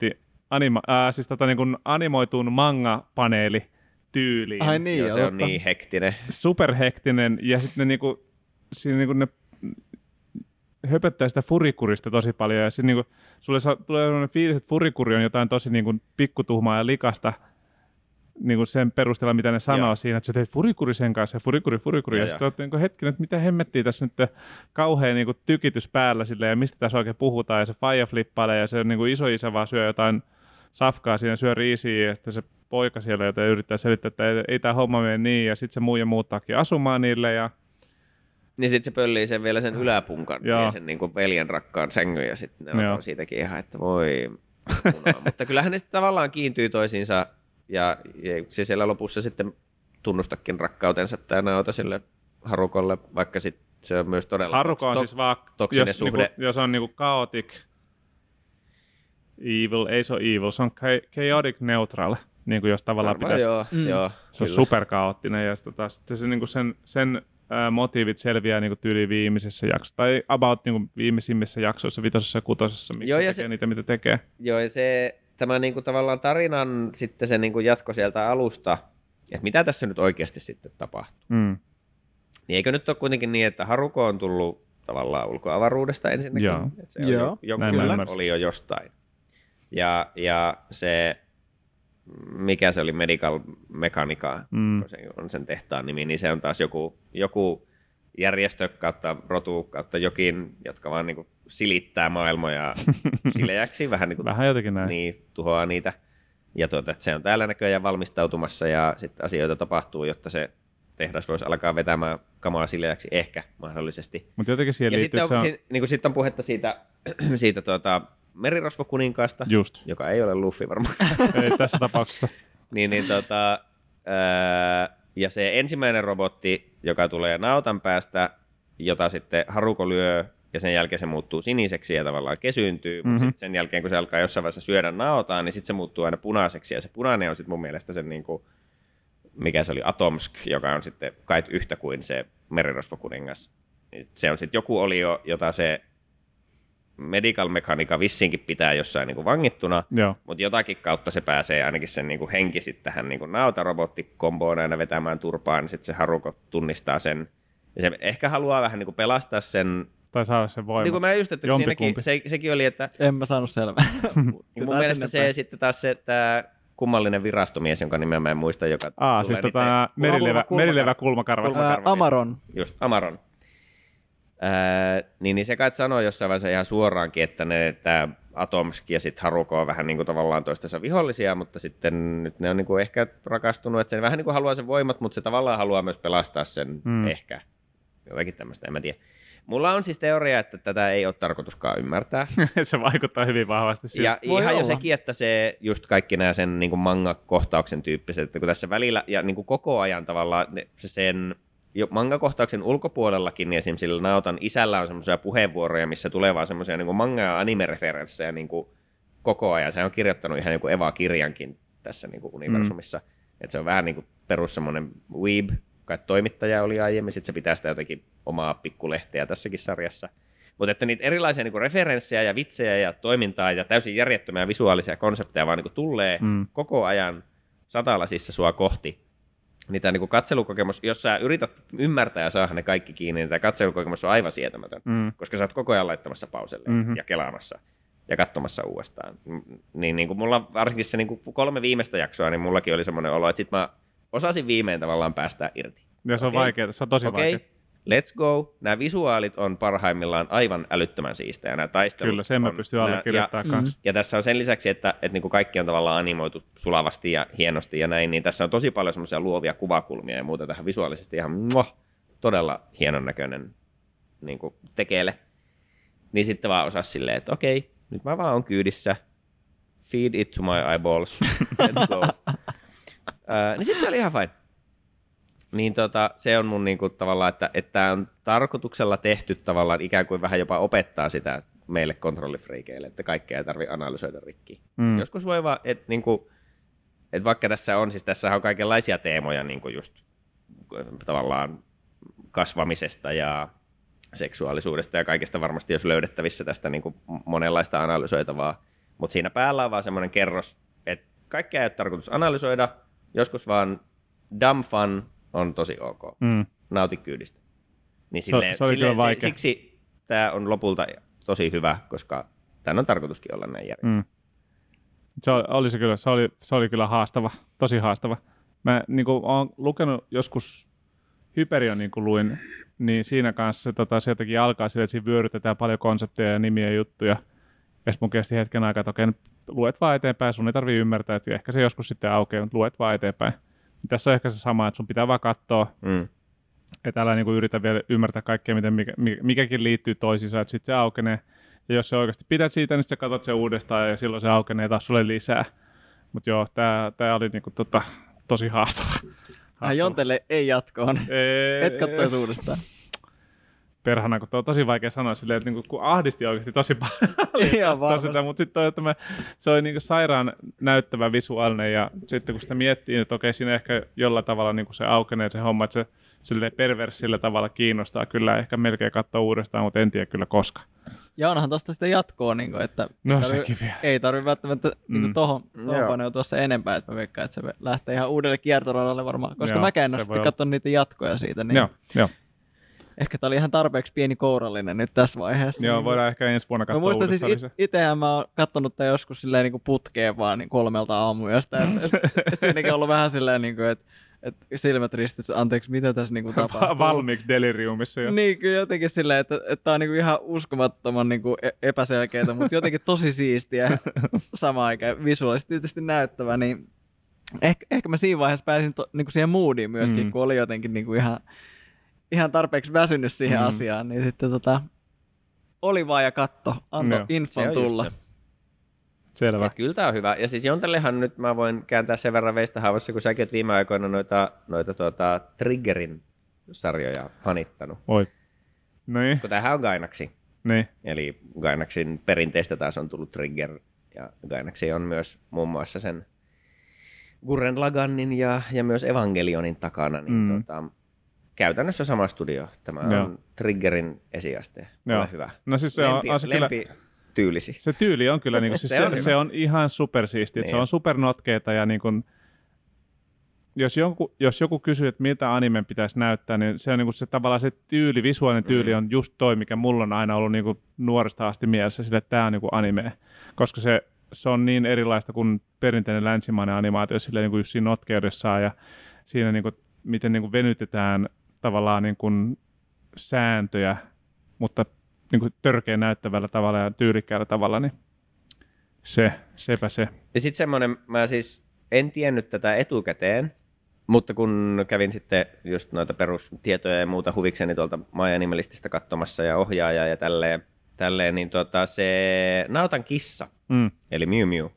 S2: niin kuin animoituun manga-paneeli tyyliin.
S3: Ai niin,
S1: joo, se on niin hektinen.
S2: Superhektinen, ja sitten ne, niinku, siinä niinku ne höpöttää sitä furikurista tosi paljon, ja sitten niinku, sulle tulee sellainen fiilis, että furikuri on jotain tosi niinku pikkutuhmaa ja likasta, niin kuin sen perusteella, mitä ne sanoo
S1: Joo.
S2: siinä, että sä teit furikuri sen kanssa ja furikuri. Ja sitten olette niin hetkinen, että mitä hemmettiä tässä nyt kauhean niin kuin tykitys päällä silleen, ja mistä tässä oikein puhutaan, ja se faija flippailee, ja se niin kuin isoisä vaan syö jotain safkaa siinä, syö riisiä, että se poika siellä, jota yrittää selittää, että ei tämä homma mene niin, ja sitten se muija muuttaakin asumaan niille, ja
S1: Niin sitten se pöllii sen vielä sen yläpunkan ja sen niin kuin veljen rakkaan sängyn ja sitten ne on siitäkin ihan, että voi munaa. Mutta kyllähän ne sitten tavallaan kiintyy toisiinsa ja se siellä lopussa sitten tunnustakin rakkautensa tämä nauta sille Harukolle, vaikka sitten se on myös todella
S2: Haruko on siis vaan,
S1: toksinen suhde.
S2: Niinku, jos on niinku chaotic evil, ei se ole evil, se on chaotic neutral, niin kuin jos tavallaan pitäisi,
S1: joo,
S2: se on superkaoottinen ja sitten se, niinku sen motiivit selviää niinku tyyliin viimeisessä jaksossa, tai about niinku viimeisimmissä jaksoissa, 5. ja 6, miksi se tekee niitä, mitä tekee.
S1: Joo, ja tämä niinku tavallaan tarinan sitten se niinku jatko sieltä alusta, että mitä tässä nyt oikeasti sitten tapahtuu. Niin eikö nyt ole kuitenkin niin, että Haruko on tullut tavallaan ulkoavaruudesta ensinnäkin,
S2: Joo.
S1: että se oli jo jostain. Ja se, mikä se oli, Medical Mechanica, se on sen tehtaan nimi, niin se on taas joku järjestö kautta rotu kautta jokin, jotka vaan niinku silittää maailmoja sileäksi, vähän
S2: jotenkin näin.
S1: Niin, tuhoaa niitä. Ja että se on täällä näköjään valmistautumassa ja sitten asioita tapahtuu, jotta se tehdas voisi alkaa vetämään kamaa sileäksi, ehkä mahdollisesti.
S2: Mutta jotenkin siihen
S1: ja
S2: liittyy,
S1: sitten on puhetta siitä merirosvokuninkaasta, joka ei ole Luffy varmaan.
S2: Ei tässä tapauksessa.
S1: Ja se ensimmäinen robotti, joka tulee Naotan päästä, jota sitten Haruko lyö, ja sen jälkeen se muuttuu siniseksi ja tavallaan kesyyntyy, mutta sitten sen jälkeen, kun se alkaa jossain vaiheessa syödä Naotaan, niin sitten se muuttuu aina punaiseksi, ja se punainen on sitten mun mielestä sen niinku, mikä se oli, Atomsk, joka on sitten kai yhtä kuin se merirosvokuningas. Se on sitten joku olio, jota se Medical Mechanica vissinkin pitää jossain niinku vangittuna, mutta jotakin kautta se pääsee ainakin sen niinku henki sitten tähän niinku nautarobottikomboon aina vetämään turpaan, niin sitten se Haruko tunnistaa sen. Ja se ehkä haluaa vähän niinku pelastaa sen.
S2: Tai saada sen voimat.
S1: Niin kuin mä just, että siinäkin, sekin oli, että
S3: en mä saanut selvää.
S1: Niin mun mielestä se sitten taas se, tämä kummallinen virastomies, jonka nimeä mä en muista, joka
S2: siis merilevä kulmakarvat.
S3: Amaron.
S1: Just, Amaron. Niin se kai sanoo jossain vaiheessa ihan suoraankin, että tämä Atomsk ja sitten Haruko on vähän niin kuin tavallaan toistensa vihollisia, mutta sitten nyt ne on niin kuin ehkä rakastunut, että se vähän niin kuin haluaa sen voimat, mutta se tavallaan haluaa myös pelastaa sen ehkä. Jotakin tämmöistä, en mä tiedä. Mulla on siis teoria, että tätä ei ole tarkoituskaan ymmärtää.
S2: Se vaikuttaa hyvin vahvasti siihen.
S1: Ja ihan jo sekin, että se just kaikki nämä sen niin kuin manga-kohtauksen tyyppiset, että kun tässä välillä ja niin kuin koko ajan tavallaan se sen manga-kohtauksen ulkopuolellakin, niin esimerkiksi sillä Naotan isällä on semmoisia puheenvuoroja, missä tulee vaan semmoisia niin kuin manga- ja anime-referenssejä niin kuin koko ajan. Se on kirjoittanut ihan joku Eva-kirjankin tässä niin kuin universumissa. Että se on vähän niin kuin perus semmoinen weeb, kai toimittaja oli aiemmin, sitten se pitää sitä jotenkin omaa pikkulehteä tässäkin sarjassa. Mutta että niitä erilaisia niinku referenssejä ja vitsejä ja toimintaa ja täysin järjettömiä visuaalisia konsepteja vaan niinku tulee koko ajan satalasissa sua kohti. Niin tämä niinku katselukokemus, jos sä yrität ymmärtää ja saada ne kaikki kiinni, niin tämä katselukokemus on aivan sietämätön, koska sä oot koko ajan laittamassa pauselle ja kelaamassa ja katsomassa uudestaan. Niin kuin mulla varsinkin se niinku 3 viimeistä jaksoa, niin mullakin oli semmoinen olo, että sit mä osasin viimein tavallaan päästää irti.
S2: Ja se on vaikeaa, se on tosi vaikeaa.
S1: Let's go. Nämä visuaalit on parhaimmillaan aivan älyttömän siistejä. Nämä taistelut
S2: kyllä, sen mä pystyn allekirjoittamaan kanssa.
S1: Ja tässä on sen lisäksi, että niin kuin kaikki on tavallaan animoitu sulavasti ja hienosti ja näin, niin tässä on tosi paljon semmoisia luovia kuvakulmia ja muuta tähän visuaalisesti ihan todella hienon näköinen niin kuin tekeele. Niin sitten vaan osasi silleen, että okei, nyt mä vaan oon kyydissä. Feed it to my eyeballs. Let's go. Niin sitten se oli ihan fine. Niin se on mun niinku tavallaan, että on tarkoituksella tehty tavallaan ikään kuin vähän jopa opettaa sitä meille kontrollifriikeille, että kaikkea ei tarvitse analysoida rikki. Joskus voi vaan, että niinku, et vaikka tässä on, siis tässä on kaikenlaisia teemoja niinku just tavallaan kasvamisesta ja seksuaalisuudesta ja kaikesta varmasti jos löydettävissä tästä niinku monenlaista analysoitavaa, mutta siinä päällä on vaan semmoinen kerros, että kaikkea ei ole tarkoitus analysoida, joskus vaan dumb fun on tosi ok. Nauti kyydistä. Niin siksi tämä on lopulta tosi hyvä, koska tämän on tarkoituskin olla näin järkeä.
S2: Se oli kyllä haastava, tosi haastava. Mä niin kuin, olen lukenut joskus Hyperion, niin kuin luin, niin siinä kanssa se jotenkin alkaa sille, että siinä vyörytetään paljon konsepteja ja nimiä ja juttuja. Ja sitten mun kesti hetken aikaa, että okei, luet vaan eteenpäin, sun ei tarvitse ymmärtää, että ehkä se joskus sitten aukeaa, mutta luet vaan eteenpäin. Tässä on ehkä se sama, että sun pitää vaan katsoa, että älä niinku yritä vielä ymmärtää kaikkea, miten mikäkin liittyy toisiinsa, että sitten se aukenee. Ja jos sä oikeasti pidät siitä, niin sä katsot sen uudestaan ja silloin se aukenee taas sulle lisää. Mutta joo, tää oli niinku tosi haastava.
S3: Jontelle ei jatkoon. Et katsoisi uudestaan.
S2: Perhana, kun tuo on tosi vaikea sanoa silleen, että niinku, kun ahdisti oikeasti tosi paljon. Mutta sitten se oli niinku sairaan näyttävä visuaalinen ja sitten kun sitä miettii, että okei, siinä ehkä jollain tavalla niinku se aukenee se homma, että se silleen perversillä tavalla kiinnostaa kyllä ehkä melkein katsoa uudestaan, mutta en tiedä kyllä koska.
S3: Ja onhan tuosta sitä jatkoa, niin kuin, että ei tarvitse välttämättä niin tuohon paneutua se enempää, että mä veikkaan, että se lähtee ihan uudelle kiertoradalle varmaan, koska mäkään en ole sitten katsonut niitä jatkoja siitä. Niin
S2: Joo.
S3: Ehkä tämä oli ihan tarpeeksi pieni kourallinen nyt tässä vaiheessa.
S2: Joo, voidaan ehkä ensi vuonna katsoa uudestaan. Mä muistan
S3: siis itsehän mä oon katsonut tämän joskus silleen niin kuin putkeen vaan niin 3 aamuyöstä. Että siinäkin on ollut vähän silleen, niin kuin, että silmät ristissä, anteeksi, mitä tässä niin kuin tapahtuu.
S2: Valmiiksi deliriumissa jo.
S3: Niin, kyllä jotenkin silleen, että tämä on niin kuin ihan uskomattoman niin kuin epäselkeätä, mutta jotenkin tosi siistiä samaan aikaan visuaalisesti tietysti näyttävä. Niin ehkä mä siinä vaiheessa pääsin niin kuin siihen moodiin myöskin, kun oli jotenkin niin kuin ihan tarpeeksi väsynyt siihen asiaan, niin sitten oli vaan ja antoi infon tulla.
S2: Selvä.
S1: Ja kyllä tämä on hyvä. Ja siis Jontellehan nyt mä voin kääntää sen verran veistä haavassa, kun säkin oot viime aikoina noita Triggerin sarjoja fanittanut.
S2: Oi. Niin.
S1: Kun tämähän on Gainaxi.
S2: Niin.
S1: Eli Gainaxin perinteistä taas on tullut Trigger. Ja Gainaxi on myös muun muassa sen Gurren Lagannin ja myös Evangelionin takana. Niin käytännössä sama studio. Tämä on Triggerin esiaste. Ole hyvä.
S2: No siis
S1: tyylisi.
S2: Se tyyli on kyllä, niinku, siis se on ihan supersiisti. Niin. Se on supernotkeita ja niinku, jos joku kysyy, että miltä animen pitäisi näyttää, niin se on niinku, se tavallaan se tyyli, visuaalinen tyyli on just toi, mikä mulla on aina ollut niinku, nuoresta asti mielessä, sille, että tämä on niinku, anime. Koska se on niin erilaista kuin perinteinen länsimainen animaatio sille, niinku, just siinä notkeudessaan ja siinä, niinku, miten niinku, venytetään tavallaan niinku, sääntöjä, mutta niin kuin törkeän näyttävällä tavalla ja tyylikkäällä tavalla, niin sepä se.
S1: Ja sitten semmoinen, mä siis en tiennyt tätä etukäteen, mutta kun kävin sitten just noita perustietoja ja muuta huvikseni tuolta My Animalistista katsomassa ja ohjaajaa ja tälleen niin se Nautan kissa, eli Miu Miu,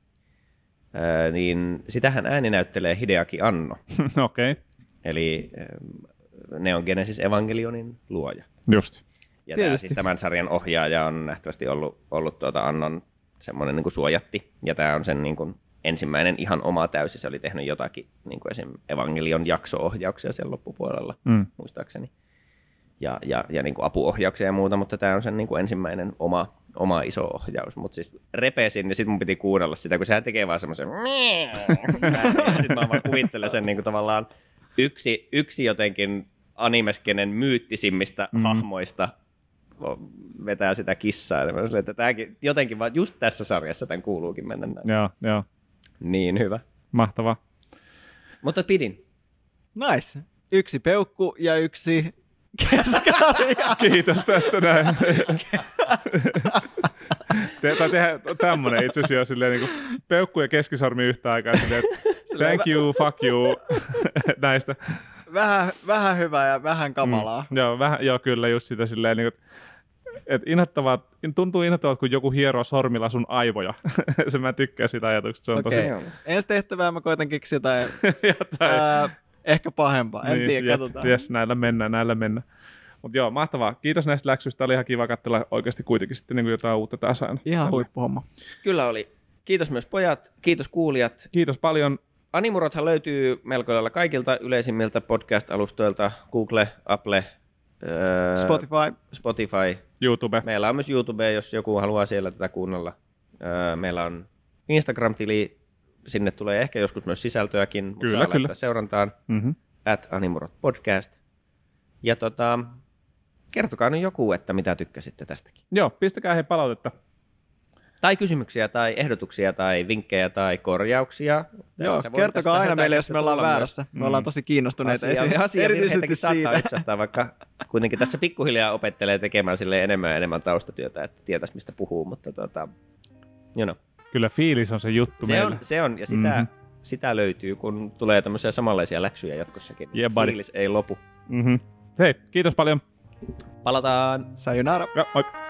S1: niin sitähän ääni näyttelee Hideaki Anno.
S2: Okei.
S1: Eli Neon Genesis Evangelionin luoja.
S2: Just.
S1: Ja siis tämän sarjan ohjaaja on nähtävästi ollut Annon semmoinen niin kuin suojatti, ja tämä on sen niin kuin ensimmäinen ihan oma täysi. Se oli tehnyt jotakin niin kuin esim. Evangelion jakso-ohjauksia sen loppupuolella, muistaakseni, ja niin kuin apuohjauksia ja muuta, mutta tämä on sen niin kuin ensimmäinen oma iso ohjaus. Mutta siis repesin, ja sitten mun piti kuunnella sitä, kun sehän tekee vaan semmoisen ja sitten mä vaan kuvittelen sen niin kuin tavallaan yksi jotenkin animeskenen myyttisimmistä hahmoista vetää sitä kissaa. Että tämäkin jotenkin vaan just tässä sarjassa tämän kuuluukin mennä näin.
S2: Joo.
S1: Niin hyvä.
S2: Mahtavaa.
S1: Mutta pidin.
S3: Nice. 1 peukku ja 1 keskaria.
S2: Kiitos tästä näin. Tehdään tämmöinen itse asiassa silleen niin kuin peukku ja keskisormi yhtä aikaa. Silleen, thank you, fuck you näistä.
S3: Vähän hyvää ja vähän kamalaa.
S2: Joo, kyllä just sitä silleen, niin kuin, että tuntuu inhottavalta, kun joku hieroo sormilla sun aivoja. Se mä tykkään sitä ajatuksesta. Se on tosi...
S3: Ensi tehtävää mä koitan keksiä jotain ehkä pahempaa. En tiedä, katsotaan.
S2: Yes, näillä mennään. Mutta joo, mahtavaa. Kiitos näistä läksyistä. Oli ihan kiva katsella oikeasti kuitenkin sitten niin kuin jotain uutta tässä aina.
S3: Ihan huippuhomma.
S1: Kyllä oli. Kiitos myös pojat. Kiitos kuulijat.
S2: Kiitos paljon.
S1: Animurothan löytyy melko lailla kaikilta yleisimmiltä podcast-alustoilta. Google, Apple, Spotify,
S2: YouTube.
S1: Meillä on myös YouTube, jos joku haluaa siellä tätä kuunnella. Meillä on Instagram-tili. Sinne tulee ehkä joskus myös sisältöäkin, mutta saa laittaa seurantaan. @animurotpodcast. Ja kertokaa nyt joku, että mitä tykkäsitte tästäkin.
S2: Joo, pistäkää he palautetta.
S1: Tai kysymyksiä tai ehdotuksia tai vinkkejä tai korjauksia.
S3: Joo, kertokaa aina meille, jos me ollaan väärässä. Me ollaan tosi kiinnostuneita
S1: erityisesti saattaa ypsähtää, vaikka kuitenkin tässä pikkuhiljaa opettelee tekemään enemmän ja enemmän taustatyötä, että tietäisi mistä puhuu, mutta
S2: Kyllä fiilis on se juttu meille.
S1: Se on, ja sitä löytyy, kun tulee tämmöisiä samanlaisia läksyjä jatkossakin.
S2: Yeah,
S1: fiilis ei lopu.
S2: Hei, kiitos paljon.
S1: Palataan.
S3: Sayonara.
S2: Moi.